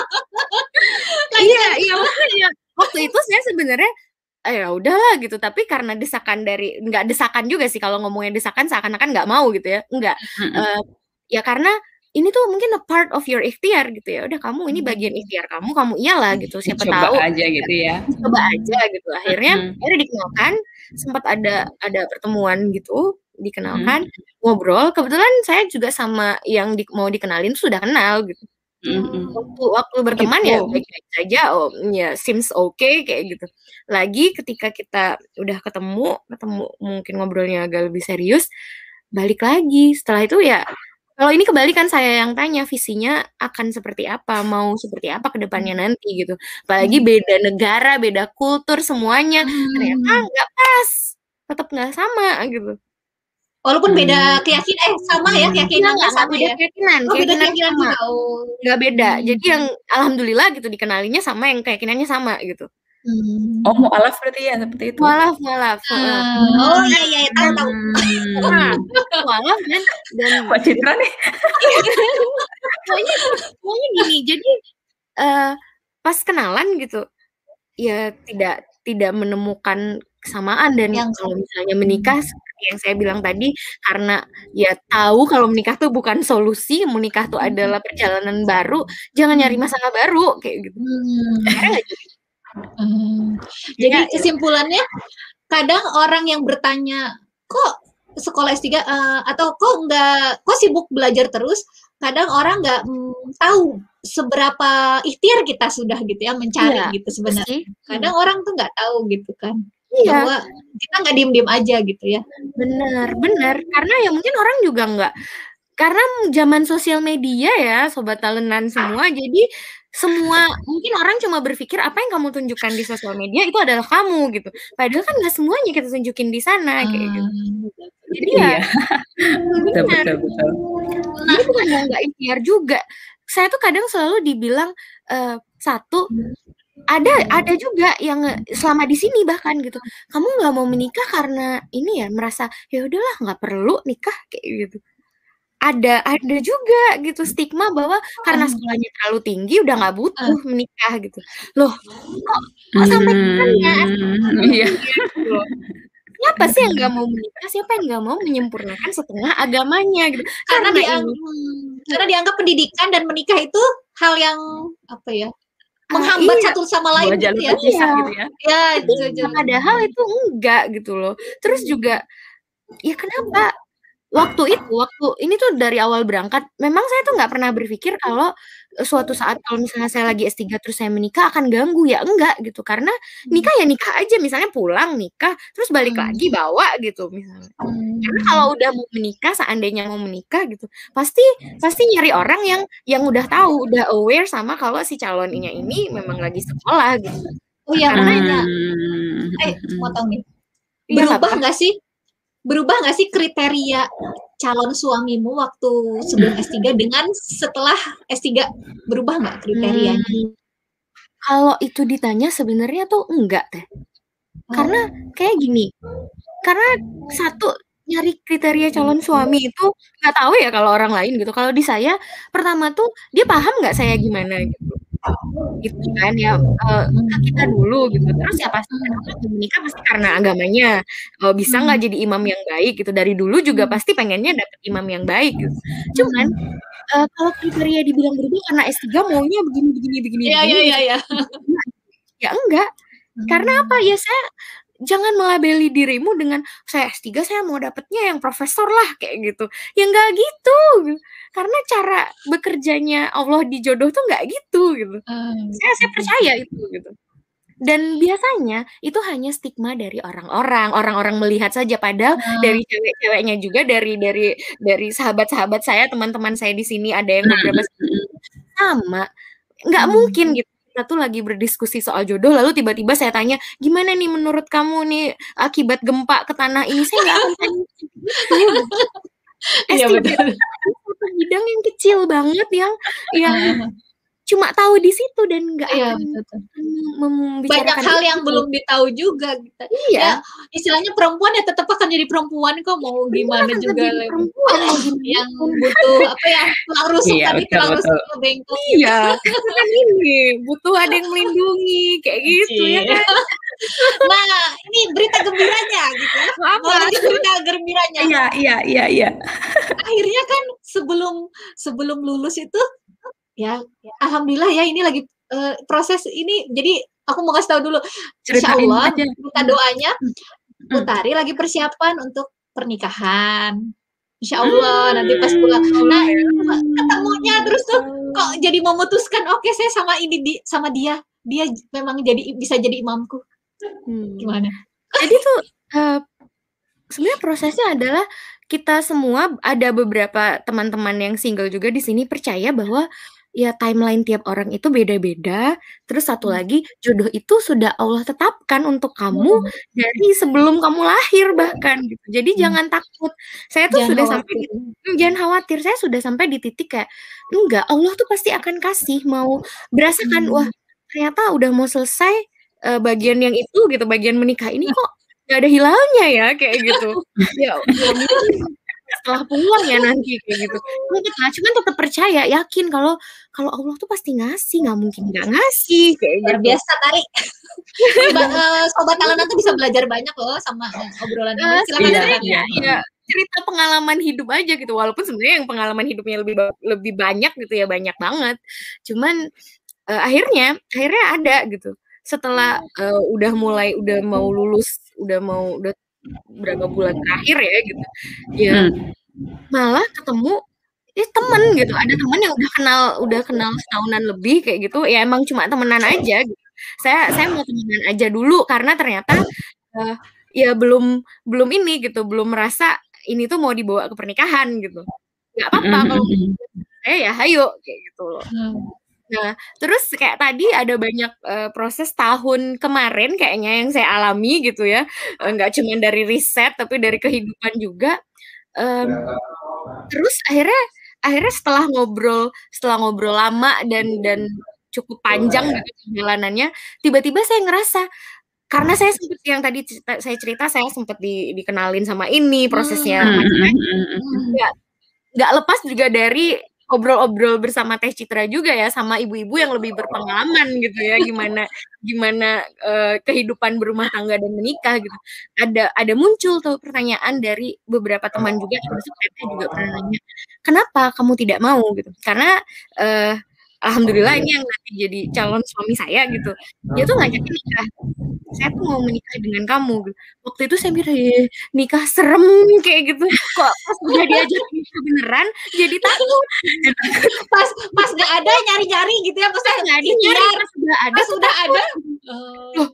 Iya, iya makanya waktu itu saya sebenarnya eh, ya udahlah gitu, tapi karena desakan dari nggak desakan juga sih kalau ngomongnya desakan seakan-akan nggak mau gitu ya, enggak. Mm-mm. Eh, ya karena ini tuh mungkin a part of your ikhtiar gitu ya. Udah kamu ini bagian ikhtiar kamu, kamu iyalah gitu. Siapa Coba tahu aja gitu ya. coba aja gitu. Akhirnya Mm-mm. akhirnya dikenalkan, sempat ada ada pertemuan gitu, dikenalkan, Mm-mm. ngobrol. Kebetulan saya juga sama yang di, mau dikenalin tuh sudah kenal gitu. Mm-mm. Waktu waktu berteman ya Gitu. baik-baik saja, oh ya seems okay kayak gitu. Lagi ketika kita udah ketemu, ketemu mungkin ngobrolnya agak lebih serius, balik lagi. Setelah itu ya kalau ini kebalikan, saya yang tanya visinya akan seperti apa, mau seperti apa ke depannya nanti gitu. Apalagi beda negara, beda kultur semuanya, ternyata Hmm. nggak pas, tetap nggak sama gitu. Walaupun beda Hmm. keyakinan, eh sama ya Hmm. keyakinannya Nggak, nggak sama beda ya. keyakinan, Oh beda keyakinan keyakinan sama, juga. Oh. nggak beda. Hmm. Jadi yang alhamdulillah gitu dikenalinnya sama yang keyakinannya sama gitu. Hmm. Oh, mualaf berarti ya seperti itu. Mualaf, mualaf. heeh. Hmm. Oh iya iya iya, tahu tahu. Nah, Hmm. mualaf dan dan Mbak Citra nih. pokoknya pokoknya gini. Jadi eh, pas kenalan gitu, ya tidak tidak menemukan kesamaan, dan Yang kalau misalnya menikah seperti yang saya bilang tadi, karena ya tahu kalau menikah tuh bukan solusi, menikah tuh adalah perjalanan baru, jangan nyari masalah baru kayak gitu. Hmm. Akhirnya nggak jadi. Hmm. Jadi Ya, kesimpulannya kadang orang yang bertanya kok sekolah S tiga eh, atau kok nggak kok sibuk belajar terus, kadang orang nggak mm, tahu seberapa ikhtiar kita sudah gitu ya mencari Iya, gitu sebenarnya. sih. Kadang orang tuh nggak tahu gitu kan, Iya, bahwa kita nggak diem-diem aja gitu ya. benar, benar. Karena ya mungkin orang juga nggak, karena zaman sosial media ya, sobat talenan semua, jadi semua mungkin orang cuma berpikir apa yang kamu tunjukkan di sosial media itu adalah kamu gitu. Padahal kan nggak semuanya kita tunjukin di sana kayak gitu. Jadi ya, Iya. Betul benar. betul betul. Ini bukan nggak ikhtiar juga. Saya tuh kadang selalu dibilang eh, satu, ada ada juga yang selama di sini bahkan gitu, kamu nggak mau menikah karena ini ya, merasa ya udahlah nggak perlu nikah kayak gitu. Ada ada juga gitu stigma bahwa karena sekolahnya terlalu tinggi udah nggak butuh menikah gitu. Loh, kok kok sampai ke sana? Hmm, iya. Gitu loh. Siapa sih yang nggak mau menikah? Siapa yang nggak mau menyempurnakan setengah agamanya gitu? Karena Karena diang- ini hmm, karena dianggap pendidikan dan menikah itu hal yang apa ya, ah, menghambat iya, satu sama Dua lain jalur gitu ya. terpisah Iya. gitu ya. Ya, Iya, jujur. padahal itu enggak gitu loh. Terus juga ya kenapa waktu itu, waktu ini tuh dari awal berangkat, memang saya tuh nggak pernah berpikir kalau eh, suatu saat kalau misalnya saya lagi S tiga terus saya menikah akan ganggu, ya enggak gitu. Karena nikah ya nikah aja, misalnya pulang nikah terus balik Hmm. lagi bawa gitu misalnya. Hmm. Karena kalau udah mau menikah, seandainya mau menikah gitu, pasti pasti nyari orang yang yang udah tahu, udah aware sama kalau si calonnya ini memang lagi sekolah gitu. Oh ya, Karena makanya Hmm. eh potong nih. Iya, Berubah apa? nggak sih? Berubah nggak sih kriteria calon suamimu waktu sebelum S tiga dengan setelah S tiga? Berubah nggak kriterianya? Hmm, kalau itu ditanya sebenarnya tuh enggak teh. Karena kayak gini, karena satu, nyari kriteria calon suami itu nggak tahu ya kalau orang lain gitu. Kalau di saya, pertama tuh dia paham nggak saya gimana gitu. Gitu kan ya, eh, ke kita dulu gitu. Terus ya pasti kenapa mau menikah pasti karena agamanya. Eh, bisa nggak jadi imam yang baik gitu. Dari dulu juga pasti pengennya dapet imam yang baik gitu. Cuman eh, kalau kriteria dibilang berubah karena S tiga maunya begini begini begini Iya begini, iya iya iya. ya enggak. Karena apa ya, saya jangan melabeli dirimu dengan saya S tiga saya mau dapetnya yang profesor lah kayak gitu. Ya enggak gitu. Karena cara bekerjanya Allah di jodoh tuh enggak gitu gitu. Saya saya percaya itu gitu. Dan biasanya itu hanya stigma dari orang-orang, orang-orang melihat saja, padahal dari cewek-ceweknya juga, dari dari dari sahabat-sahabat saya, teman-teman saya di sini ada yang beberapa sama. Enggak mungkin gitu. Kita tuh lagi berdiskusi soal jodoh, lalu tiba-tiba saya tanya, gimana nih menurut kamu nih akibat gempa ke tanah ini? Saya nggak akan tanya. Iya betul. Satu bidang yang kecil banget yang yang cuma tahu di situ dan nggak Iya akan betul. banyak membicarakan hal yang itu. belum ditahu juga gitu. Iya. Ya istilahnya perempuan ya tetap akan jadi perempuan kok, mau gimana Beneran juga jadi lem perempuan mau gimana yang pun. butuh apa ya, tulang rusuk Iya, tadi, betul tulang betul. rusuknya bengkok gitu. Iya, kan ini butuh ada yang melindungi kayak gitu ya Cie. kan. Nah, ini berita gembiranya gitu ya. Mau Apa? lanjut berita gembiranya. Iya iya iya iya. Akhirnya kan sebelum sebelum lulus itu ya alhamdulillah ya ini lagi uh, proses ini, jadi aku mau kasih tahu dulu. Insya Ceritain Allah aja. minta doanya Hmm. Utari lagi persiapan untuk pernikahan. Insya Allah nanti pas pulang. Nah, ketemunya terus tuh kok jadi memutuskan oke saya sama ini di sama dia. Dia memang jadi bisa jadi imamku. Hmm. Gimana? Jadi tuh uh, sebenarnya prosesnya adalah kita semua, ada beberapa teman-teman yang single juga di sini percaya bahwa ya timeline tiap orang itu beda-beda. Terus satu lagi, jodoh itu sudah Allah tetapkan untuk kamu dari sebelum kamu lahir bahkan gitu. Jadi Hmm. jangan takut. Saya tuh Jangan sudah khawatir. sampai di, jangan khawatir. Saya sudah sampai di titik kayak enggak, Allah tuh pasti akan kasih, mau berasakan wah ternyata udah mau selesai uh, bagian yang itu gitu, bagian menikah ini kok gak ada hilalnya ya kayak gitu. Ya, ya mungkin setelah pulang ya nanti kayak gitu. Mungkin lah, cuman tetap percaya, yakin kalau kalau Allah tuh pasti ngasih, nggak mungkin nggak ngasih kayak Luar gitu. biasa Tari. Ba- uh, Sobat Talana tuh bisa belajar banyak loh sama uh, obrolan ini. Uh, Silakan iya, silakan. ya, ya cerita pengalaman hidup aja gitu, walaupun sebenarnya yang pengalaman hidupnya lebih lebih banyak gitu ya, banyak banget. Cuman uh, akhirnya akhirnya ada gitu. Setelah uh, udah mulai udah mau lulus, udah mau udah berapa bulan terakhir ya gitu. Ya Hmm. malah ketemu eh temen gitu, ada temen yang udah kenal udah kenal setahunan lebih kayak gitu, ya emang cuma temenan aja gitu. Saya saya mau temenan aja dulu karena ternyata uh, ya belum belum ini gitu, belum merasa ini tuh mau dibawa ke pernikahan gitu. Nggak apa-apa kalau saya ya hayo kayak gitu loh. Nah, terus kayak tadi ada banyak uh, proses tahun kemarin kayaknya yang saya alami gitu ya, uh, nggak cuma dari riset tapi dari kehidupan juga. Um, terus akhirnya akhirnya setelah ngobrol setelah ngobrol lama dan dan cukup panjang gitu perjalanannya, tiba-tiba saya ngerasa karena saya sempat yang tadi cerita, saya cerita saya sempat di, dikenalin sama ini prosesnya nggak nggak lepas juga dari obrol-obrol bersama Teh Citra juga ya, sama ibu-ibu yang lebih berpengalaman gitu ya, gimana gimana uh, kehidupan berumah tangga dan menikah gitu. Ada ada muncul tuh pertanyaan dari beberapa teman juga, termasuk Teteh juga pernah nanya, kenapa kamu tidak mau gitu? Karena uh, alhamdulillah ini yang nanti jadi calon suami saya gitu, dia tuh ngajakin nikah. Saya tuh mau menikah dengan kamu. Waktu itu saya mikir, eh, nikah serem kayak gitu. Kok pas udah diajak nikah beneran, jadi takut. Pas pas nggak ada nyari-nyari gitu ya, pas nggak ada nyari, pas udah ada, pas udah ada. Loh,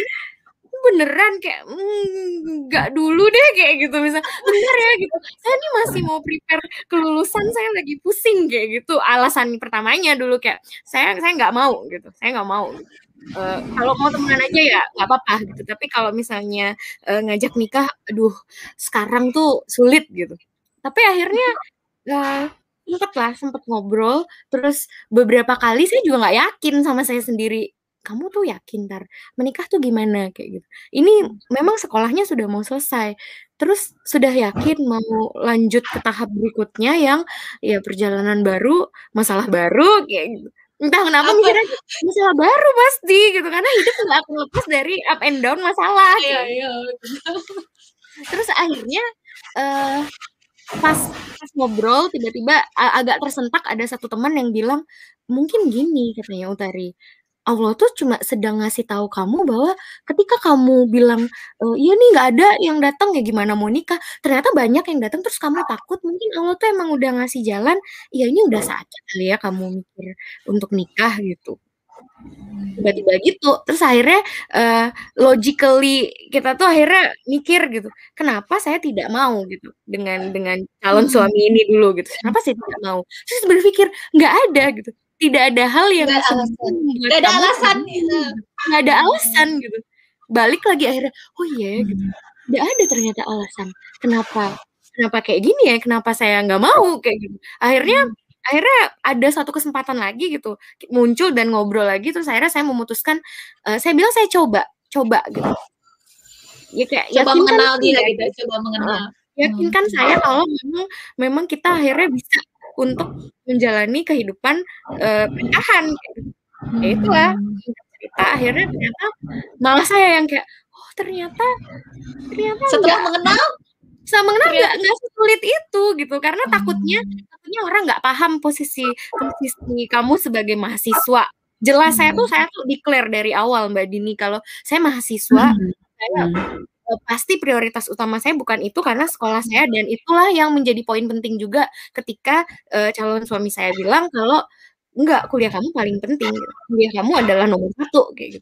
beneran kayak nggak mm, dulu deh kayak gitu, misal bentar ya gitu. Saya nih masih mau prepare kelulusan, saya lagi pusing kayak gitu. Alasan pertamanya dulu kayak saya saya nggak mau gitu, saya nggak mau. Gitu. Uh, kalau mau temenan aja ya nggak apa-apa gitu, tapi kalau misalnya uh, ngajak nikah, aduh sekarang tuh sulit gitu. Tapi akhirnya uh, sempet lah sempet ngobrol, terus beberapa kali saya juga nggak yakin sama saya sendiri, kamu tuh yakin Tar menikah tuh gimana kayak gitu, ini memang sekolahnya sudah mau selesai, terus sudah yakin mau lanjut ke tahap berikutnya yang ya perjalanan baru, masalah baru kayak gitu. Entah kenapa mikirnya masalah baru pasti gitu, karena hidup nggak akan lepas dari up and down masalah. Iya, iya. Terus akhirnya uh, pas, pas ngobrol tiba-tiba agak tersentak, ada satu teman yang bilang, mungkin gini katanya Utari, Allah tuh cuma sedang ngasih tahu kamu bahwa ketika kamu bilang e, iya nih nggak ada yang datang ya gimana mau nikah, ternyata banyak yang datang terus kamu takut, mungkin Allah tuh emang udah ngasih jalan, ya ini udah saatnya kali ya kamu mikir untuk nikah gitu. Tiba-tiba gitu, terus akhirnya uh, logically kita tuh akhirnya mikir gitu, kenapa saya tidak mau gitu dengan dengan calon suami ini dulu gitu, kenapa saya tidak mau, terus berpikir nggak ada gitu, tidak ada hal yang nggak ada alasan, nggak ada alasan, nggak ada alasan gitu. Balik lagi akhirnya, oh iya yeah, gitu, nggak ada ternyata alasan kenapa kenapa kayak gini ya, kenapa saya nggak mau kayak gitu. Akhirnya akhirnya ada satu kesempatan lagi gitu, muncul dan ngobrol lagi, terus akhirnya saya memutuskan, uh, saya bilang saya coba, coba gitu. Ya kayak Coba yakinkan mengenal dia saya, gitu, coba mengenal. uh, yakinkan Hmm. saya kalau memang memang kita akhirnya bisa untuk menjalani kehidupan uh, pernikahan gitu. Ya itulah cerita, akhirnya ternyata malah saya yang kayak, oh ternyata ternyata Setelah enggak, mengenal, setelah mengenal ternyata nggak nggak sesulit itu gitu, karena Hmm. takutnya takutnya orang nggak paham posisi posisi kamu sebagai mahasiswa. Jelas saya tuh saya tuh declare dari awal Mbak Dini kalau saya mahasiswa, Hmm. saya Hmm. uh, pasti prioritas utama saya bukan itu karena sekolah saya, dan itulah yang menjadi poin penting juga ketika uh, calon suami saya bilang kalau enggak, kuliah kamu paling penting, gitu. Kuliah kamu adalah nomor satu kayak gitu.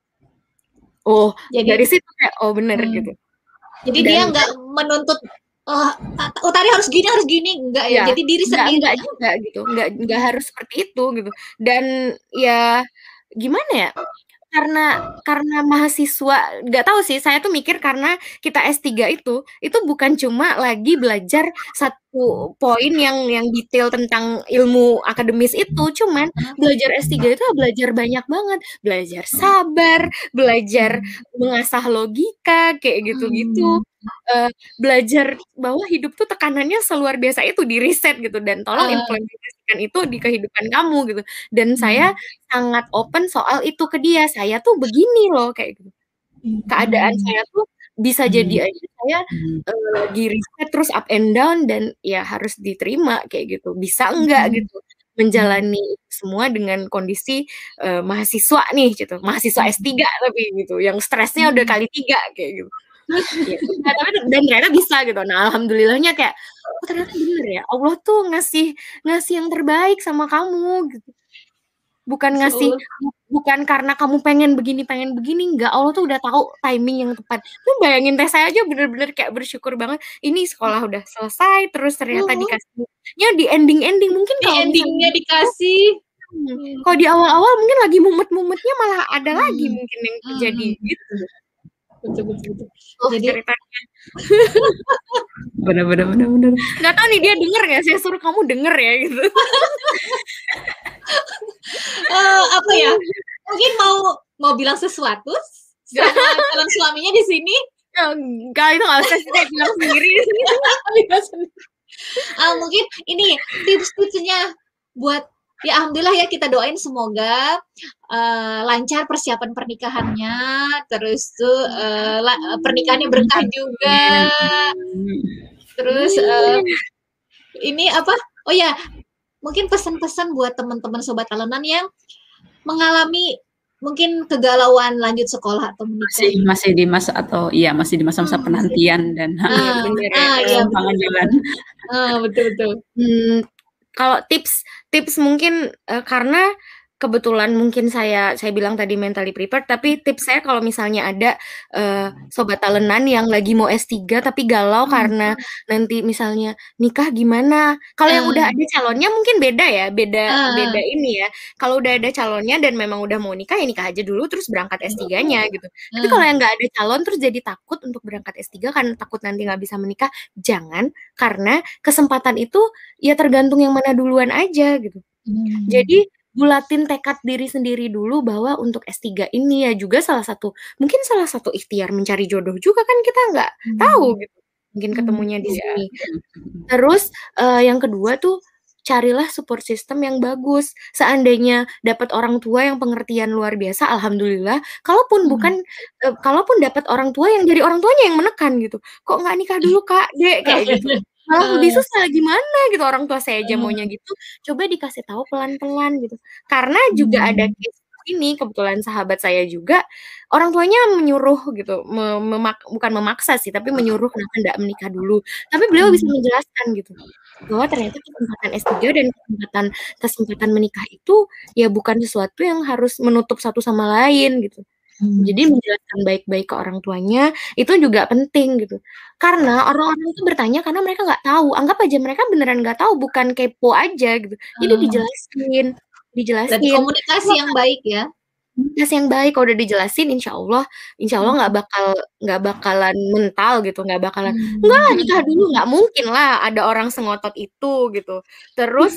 Oh, Jadi dari situ kayak oh bener hmm. gitu. Jadi Dan dia nggak menuntut oh, oh tadi harus gini harus gini, enggak ya. ya, Jadi diri enggak, sendiri. enggak juga gitu, enggak enggak harus seperti itu gitu. Dan ya gimana ya? Karena karena mahasiswa, nggak tahu sih, saya tuh mikir karena kita S tiga itu itu bukan cuma lagi belajar satu poin yang yang detail tentang ilmu akademis itu, cuman belajar S tiga itu belajar banyak banget, belajar sabar, belajar mengasah logika kayak gitu-gitu. Uh, belajar bahwa hidup tuh tekanannya seluar biasa itu, di riset gitu, dan tolong Uh. implementasikan itu di kehidupan kamu gitu. Dan saya sangat open soal itu ke dia, saya tuh begini loh kayak gitu. Keadaan saya tuh bisa jadi aja saya uh, lagi riset terus up and down, dan ya harus diterima kayak gitu. Bisa enggak gitu menjalani semua dengan kondisi uh, mahasiswa nih gitu, mahasiswa S tiga tapi gitu, yang stresnya udah kali tiga kayak gitu. Ya, nah, tapi dan ternyata bisa gitu. Nah, alhamdulillahnya kayak oh, ternyata bener ya, Allah tuh ngasih ngasih yang terbaik sama kamu gitu. Bukan ngasih, bukan karena kamu pengen begini pengen begini, enggak, Allah tuh udah tahu timing yang tepat. Tuh bayangin tes saya aja bener-bener kayak bersyukur banget. Ini sekolah udah selesai, terus ternyata dikasihnya di ending-ending. Mungkin di kalau endingnya misalnya dikasih hmm, kalau di awal-awal mungkin lagi mumet-mumetnya malah ada hmm. lagi mungkin yang terjadi hmm. gitu. Betul betul betul. Oh, jadi ceritanya bener-bener bener-bener. Nggak tahu nih dia denger nggak, saya suruh kamu denger ya gitu. uh, apa ya? Mungkin mau mau bilang sesuatu sama calon suaminya di sini? Enggak, itu nggak usah, saya bilang sendiri di sini. uh, mungkin ini tips-tipsnya buat ya alhamdulillah ya, kita doain semoga uh, lancar persiapan pernikahannya, terus tuh uh, la- pernikahannya berkah juga, terus uh, ini apa? Oh ya, mungkin pesan-pesan buat teman-teman sobat talenan yang mengalami mungkin kegalauan lanjut sekolah atau menikah. Masih masih di masa atau iya masih di masa-masa hmm, penantian dan ah, bener ah, ya, ya, jalan. Ah, betul betul. Hmm, kalau tips tips mungkin uh, karena kebetulan mungkin saya saya bilang tadi mentally prepared, tapi tips saya kalau misalnya ada uh, sobat talenan yang lagi mau S tiga tapi galau hmm. karena nanti misalnya nikah gimana. Kalau uh. yang udah ada calonnya mungkin beda ya, beda uh. beda ini ya. Kalau udah ada calonnya dan memang udah mau nikah ya nikah aja dulu terus berangkat S tiga-nya gitu. Uh. Tapi kalau yang nggak ada calon terus jadi takut untuk berangkat S tiga kan takut nanti nggak bisa menikah, jangan, karena kesempatan itu ya tergantung yang mana duluan aja gitu. Hmm. Jadi bulatin tekad diri sendiri dulu bahwa untuk S tiga ini ya juga salah satu, mungkin salah satu ikhtiar mencari jodoh juga kan, kita nggak hmm. tahu gitu. Mungkin ketemunya hmm, di sini. Ya. Terus uh, yang kedua tuh carilah support system yang bagus. Seandainya dapat orang tua yang pengertian luar biasa, alhamdulillah. Kalaupun hmm. bukan, uh, kalaupun dapat orang tua yang jadi orang tuanya yang menekan gitu, kok nggak nikah dulu kak, dek kayak gitu. Malah lebih susah, gimana gitu, orang tua saya aja maunya gitu. Coba dikasih tahu pelan-pelan gitu. Karena juga ada case ini, kebetulan sahabat saya juga orang tuanya menyuruh gitu, memak bukan memaksa sih, tapi menyuruh kenapa enggak menikah dulu. Tapi beliau bisa menjelaskan gitu, bahwa ternyata kesempatan S tiga dan kesempatan kesempatan menikah itu ya bukan sesuatu yang harus menutup satu sama lain gitu. Hmm. Jadi menjelaskan baik-baik ke orang tuanya itu juga penting gitu. Karena orang-orang itu bertanya karena mereka nggak tahu. Anggap aja mereka beneran nggak tahu, bukan kepo aja gitu. Jadi hmm. dijelasin, dijelasin. Berarti komunikasi yang baik ya. Komunikasi yang baik, kalau udah dijelasin, insya Allah, insya Allah nggak bakal nggak bakalan mental gitu, nggak bakalan hmm. nggak nikah dulu, nggak mungkin lah ada orang sengotot itu gitu. Terus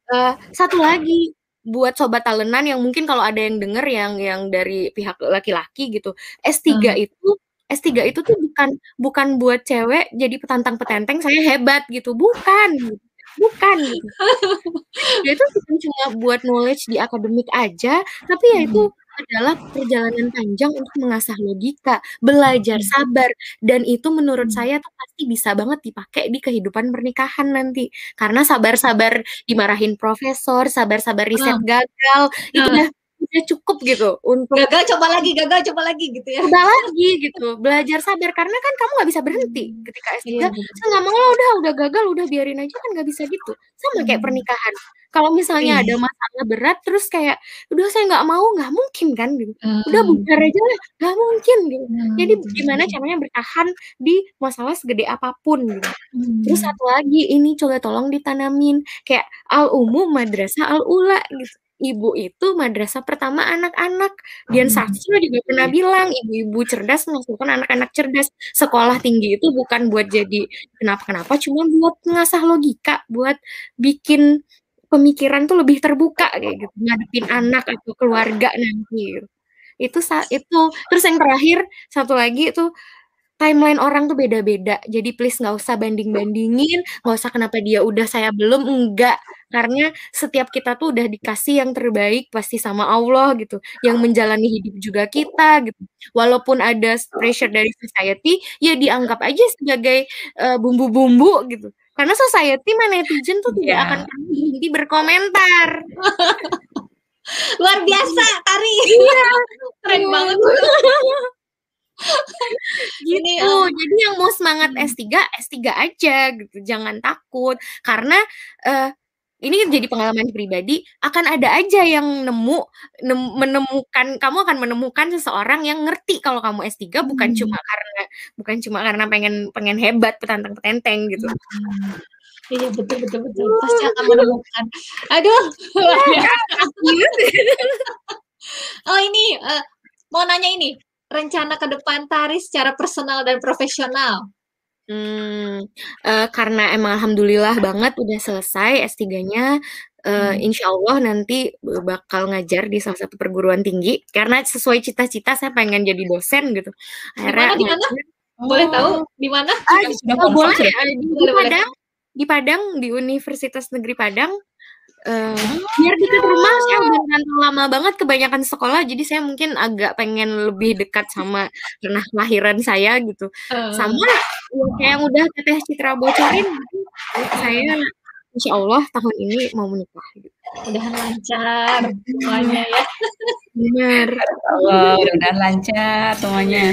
Uh, satu lagi buat sobat talenan yang mungkin kalau ada yang denger yang yang dari pihak laki-laki gitu, S tiga Hmm. itu S tiga itu tuh bukan bukan buat cewek jadi petantang petenteng saya hebat gitu, bukan, bukan gitu. Dia itu bukan cuma buat knowledge di akademik aja, tapi ya itu adalah perjalanan panjang untuk mengasah logika, belajar sabar, dan itu menurut saya tuh pasti bisa banget dipakai di kehidupan pernikahan nanti. Karena sabar-sabar dimarahin profesor, sabar-sabar riset Hmm. gagal, itu Hmm. udah udah cukup gitu untuk Gagal coba lagi, gagal coba lagi gitu ya. coba lagi gitu, belajar sabar karena kan kamu nggak bisa berhenti ketika S tiga. Iya, Saya nggak mau lah, udah udah gagal, udah biarin aja, kan nggak bisa gitu. Sama kayak pernikahan. Kalau misalnya ada Iya. masalah berat terus kayak, udah saya nggak mau, nggak mungkin kan gitu. Udah Hmm. bubar aja lah, nggak mungkin gitu. Hmm. Jadi gimana caranya bertahan di masalah segede apapun gitu. Terus Hmm. satu lagi, ini coba tolong ditanamin kayak al-umu madrasah al-ula gitu. Ibu itu madrasah pertama anak-anak. Dian Sastro juga pernah bilang, ibu-ibu cerdas menghasilkan anak-anak cerdas. Sekolah tinggi itu bukan buat jadi kenapa-kenapa, cuma buat mengasah logika, buat bikin pemikiran tuh lebih terbuka kayak gitu, ngadepin anak atau keluarga nanti gitu. Itu sa itu. Terus yang terakhir, satu lagi itu timeline orang tuh beda-beda. Jadi please nggak usah banding-bandingin, nggak usah kenapa dia udah saya belum, enggak. Karena setiap kita tuh udah dikasih yang terbaik pasti sama Allah gitu. Yang menjalani hidup juga kita gitu. Walaupun ada pressure dari society, ya dianggap aja sebagai uh, bumbu-bumbu gitu. Karena society sama netizen tuh tidak Iya. akan pernah berhenti berkomentar. Luar biasa, Tari. Iya. Keren banget. Gitu. Ini, um, Jadi yang mau semangat S tiga, S tiga aja gitu. Jangan takut. Karena uh, ini jadi pengalaman pribadi, akan ada aja yang nemu nem, menemukan kamu akan menemukan seseorang yang ngerti kalau kamu S tiga bukan cuma karena bukan cuma karena pengen pengen hebat petantang petenteng gitu. Iya, betul betul betul. Pasti akan menemukan. Aduh. Oh, ini uh, mau nanya ini, rencana ke depan Tari secara personal dan profesional. Hmm, uh, karena emang alhamdulillah banget udah selesai S tiga-nya, uh, hmm. insya Allah nanti bakal ngajar di salah satu perguruan tinggi karena sesuai cita-cita saya pengen jadi dosen gitu. Akhirnya di mana? Boleh oh. tahu di mana? Ah, sudah oh, boleh ya, di, di Padang, di Padang di Universitas Negeri Padang. Uh, biar dekat rumah, saya udah ngantor lama banget kebanyakan sekolah, jadi saya mungkin agak pengen lebih dekat sama tanah kelahiran saya gitu. Uh. Sama ya, yang udah Teteh Citra bocorin, saya insya Allah tahun ini mau menikah. Gitu. Mudah lancar semuanya ya. Benar. Allah, mudah lancar semuanya.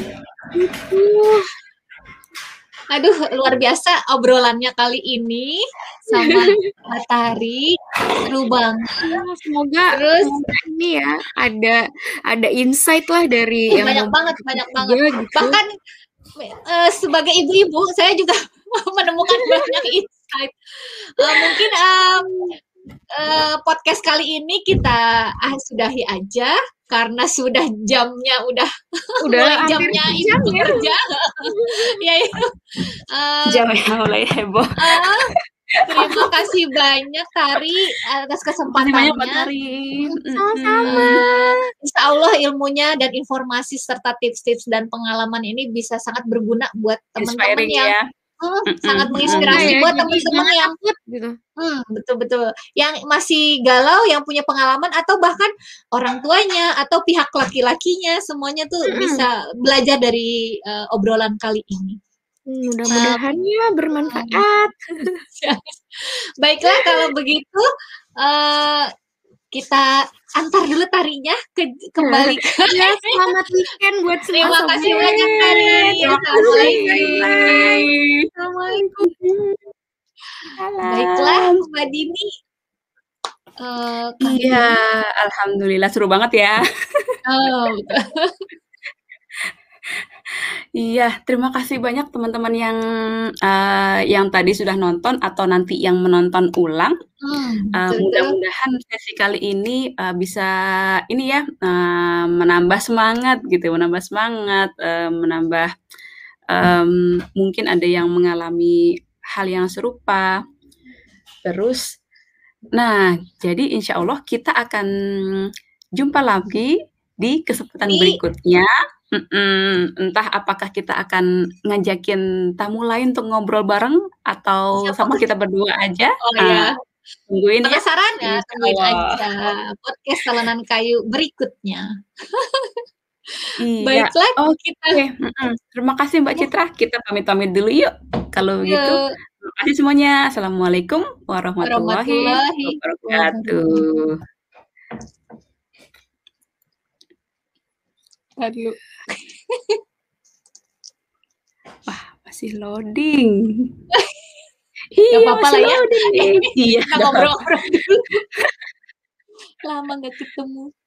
Aduh, luar biasa obrolannya kali ini sama Mbak Tari, seru banget. Semoga, Terus, semoga ini ya ada ada insight lah dari eh, yang banyak banget, banyak banget. Gitu. Bahkan uh, sebagai ibu-ibu saya juga menemukan banyak insight. Uh, mungkin um, uh, podcast kali ini kita ah, sudahi aja. Karena sudah jamnya udah udah mulai jamnya jam itu ya. kerja ya itu uh, jamnya mulai heboh. Uh, terima kasih banyak Tari atas kesempatannya. Sama-sama. Insya Allah ilmunya dan informasi serta tips-tips dan pengalaman ini bisa sangat berguna buat teman-teman yang ya. Hmm, sangat menginspirasi ya, buat teman-teman yang gitu. hmm, betul-betul yang masih galau, yang punya pengalaman atau bahkan orang tuanya atau pihak laki-lakinya, semuanya tuh hmm. bisa belajar dari uh, obrolan kali ini. Hmm, mudah-mudahan uh, ya bermanfaat. Baiklah kalau begitu uh, kita antar dulu Tarinya ke, kembali ke ya, selamat weekend buat semua. Terima kasih banyak Tari. Assalamualaikum. Assalamualaikum. Baiklah Mbak Dini. Uh, iya, alhamdulillah seru banget ya. Oh, betul. Iya, terima kasih banyak teman-teman yang uh, yang tadi sudah nonton atau nanti yang menonton ulang. Hmm, uh, mudah-mudahan sesi kali ini uh, bisa ini ya uh, menambah semangat gitu, menambah semangat, uh, menambah um, mungkin ada yang mengalami hal yang serupa. Terus Nah, jadi insya Allah kita akan jumpa lagi di kesempatan Di berikutnya. Mm-mm, entah apakah kita akan ngajakin tamu lain untuk ngobrol bareng atau sama siapakah? kita berdua aja. Oh Ah, ya, tungguin ya, penasaran ya? insya Tungguin Allah. aja podcast Talenan Kayu berikutnya. Iya, Baiklah oke. kita. Mm-mm. Terima kasih Mbak Ya, Citra. Kita pamit-pamit dulu yuk. Kalau begitu, yuk. terima kasih semuanya. Assalamualaikum warahmatullahi Warahmatullahi wabarakatuh. wabarakatuh. Aduh. Wah, masih loading. Gak Iya, apa-apa masih lah ya. loading nih. Iya, Kita nggak apa-apa. ngobrol-ngobrol dulu. Lama gak ketemu.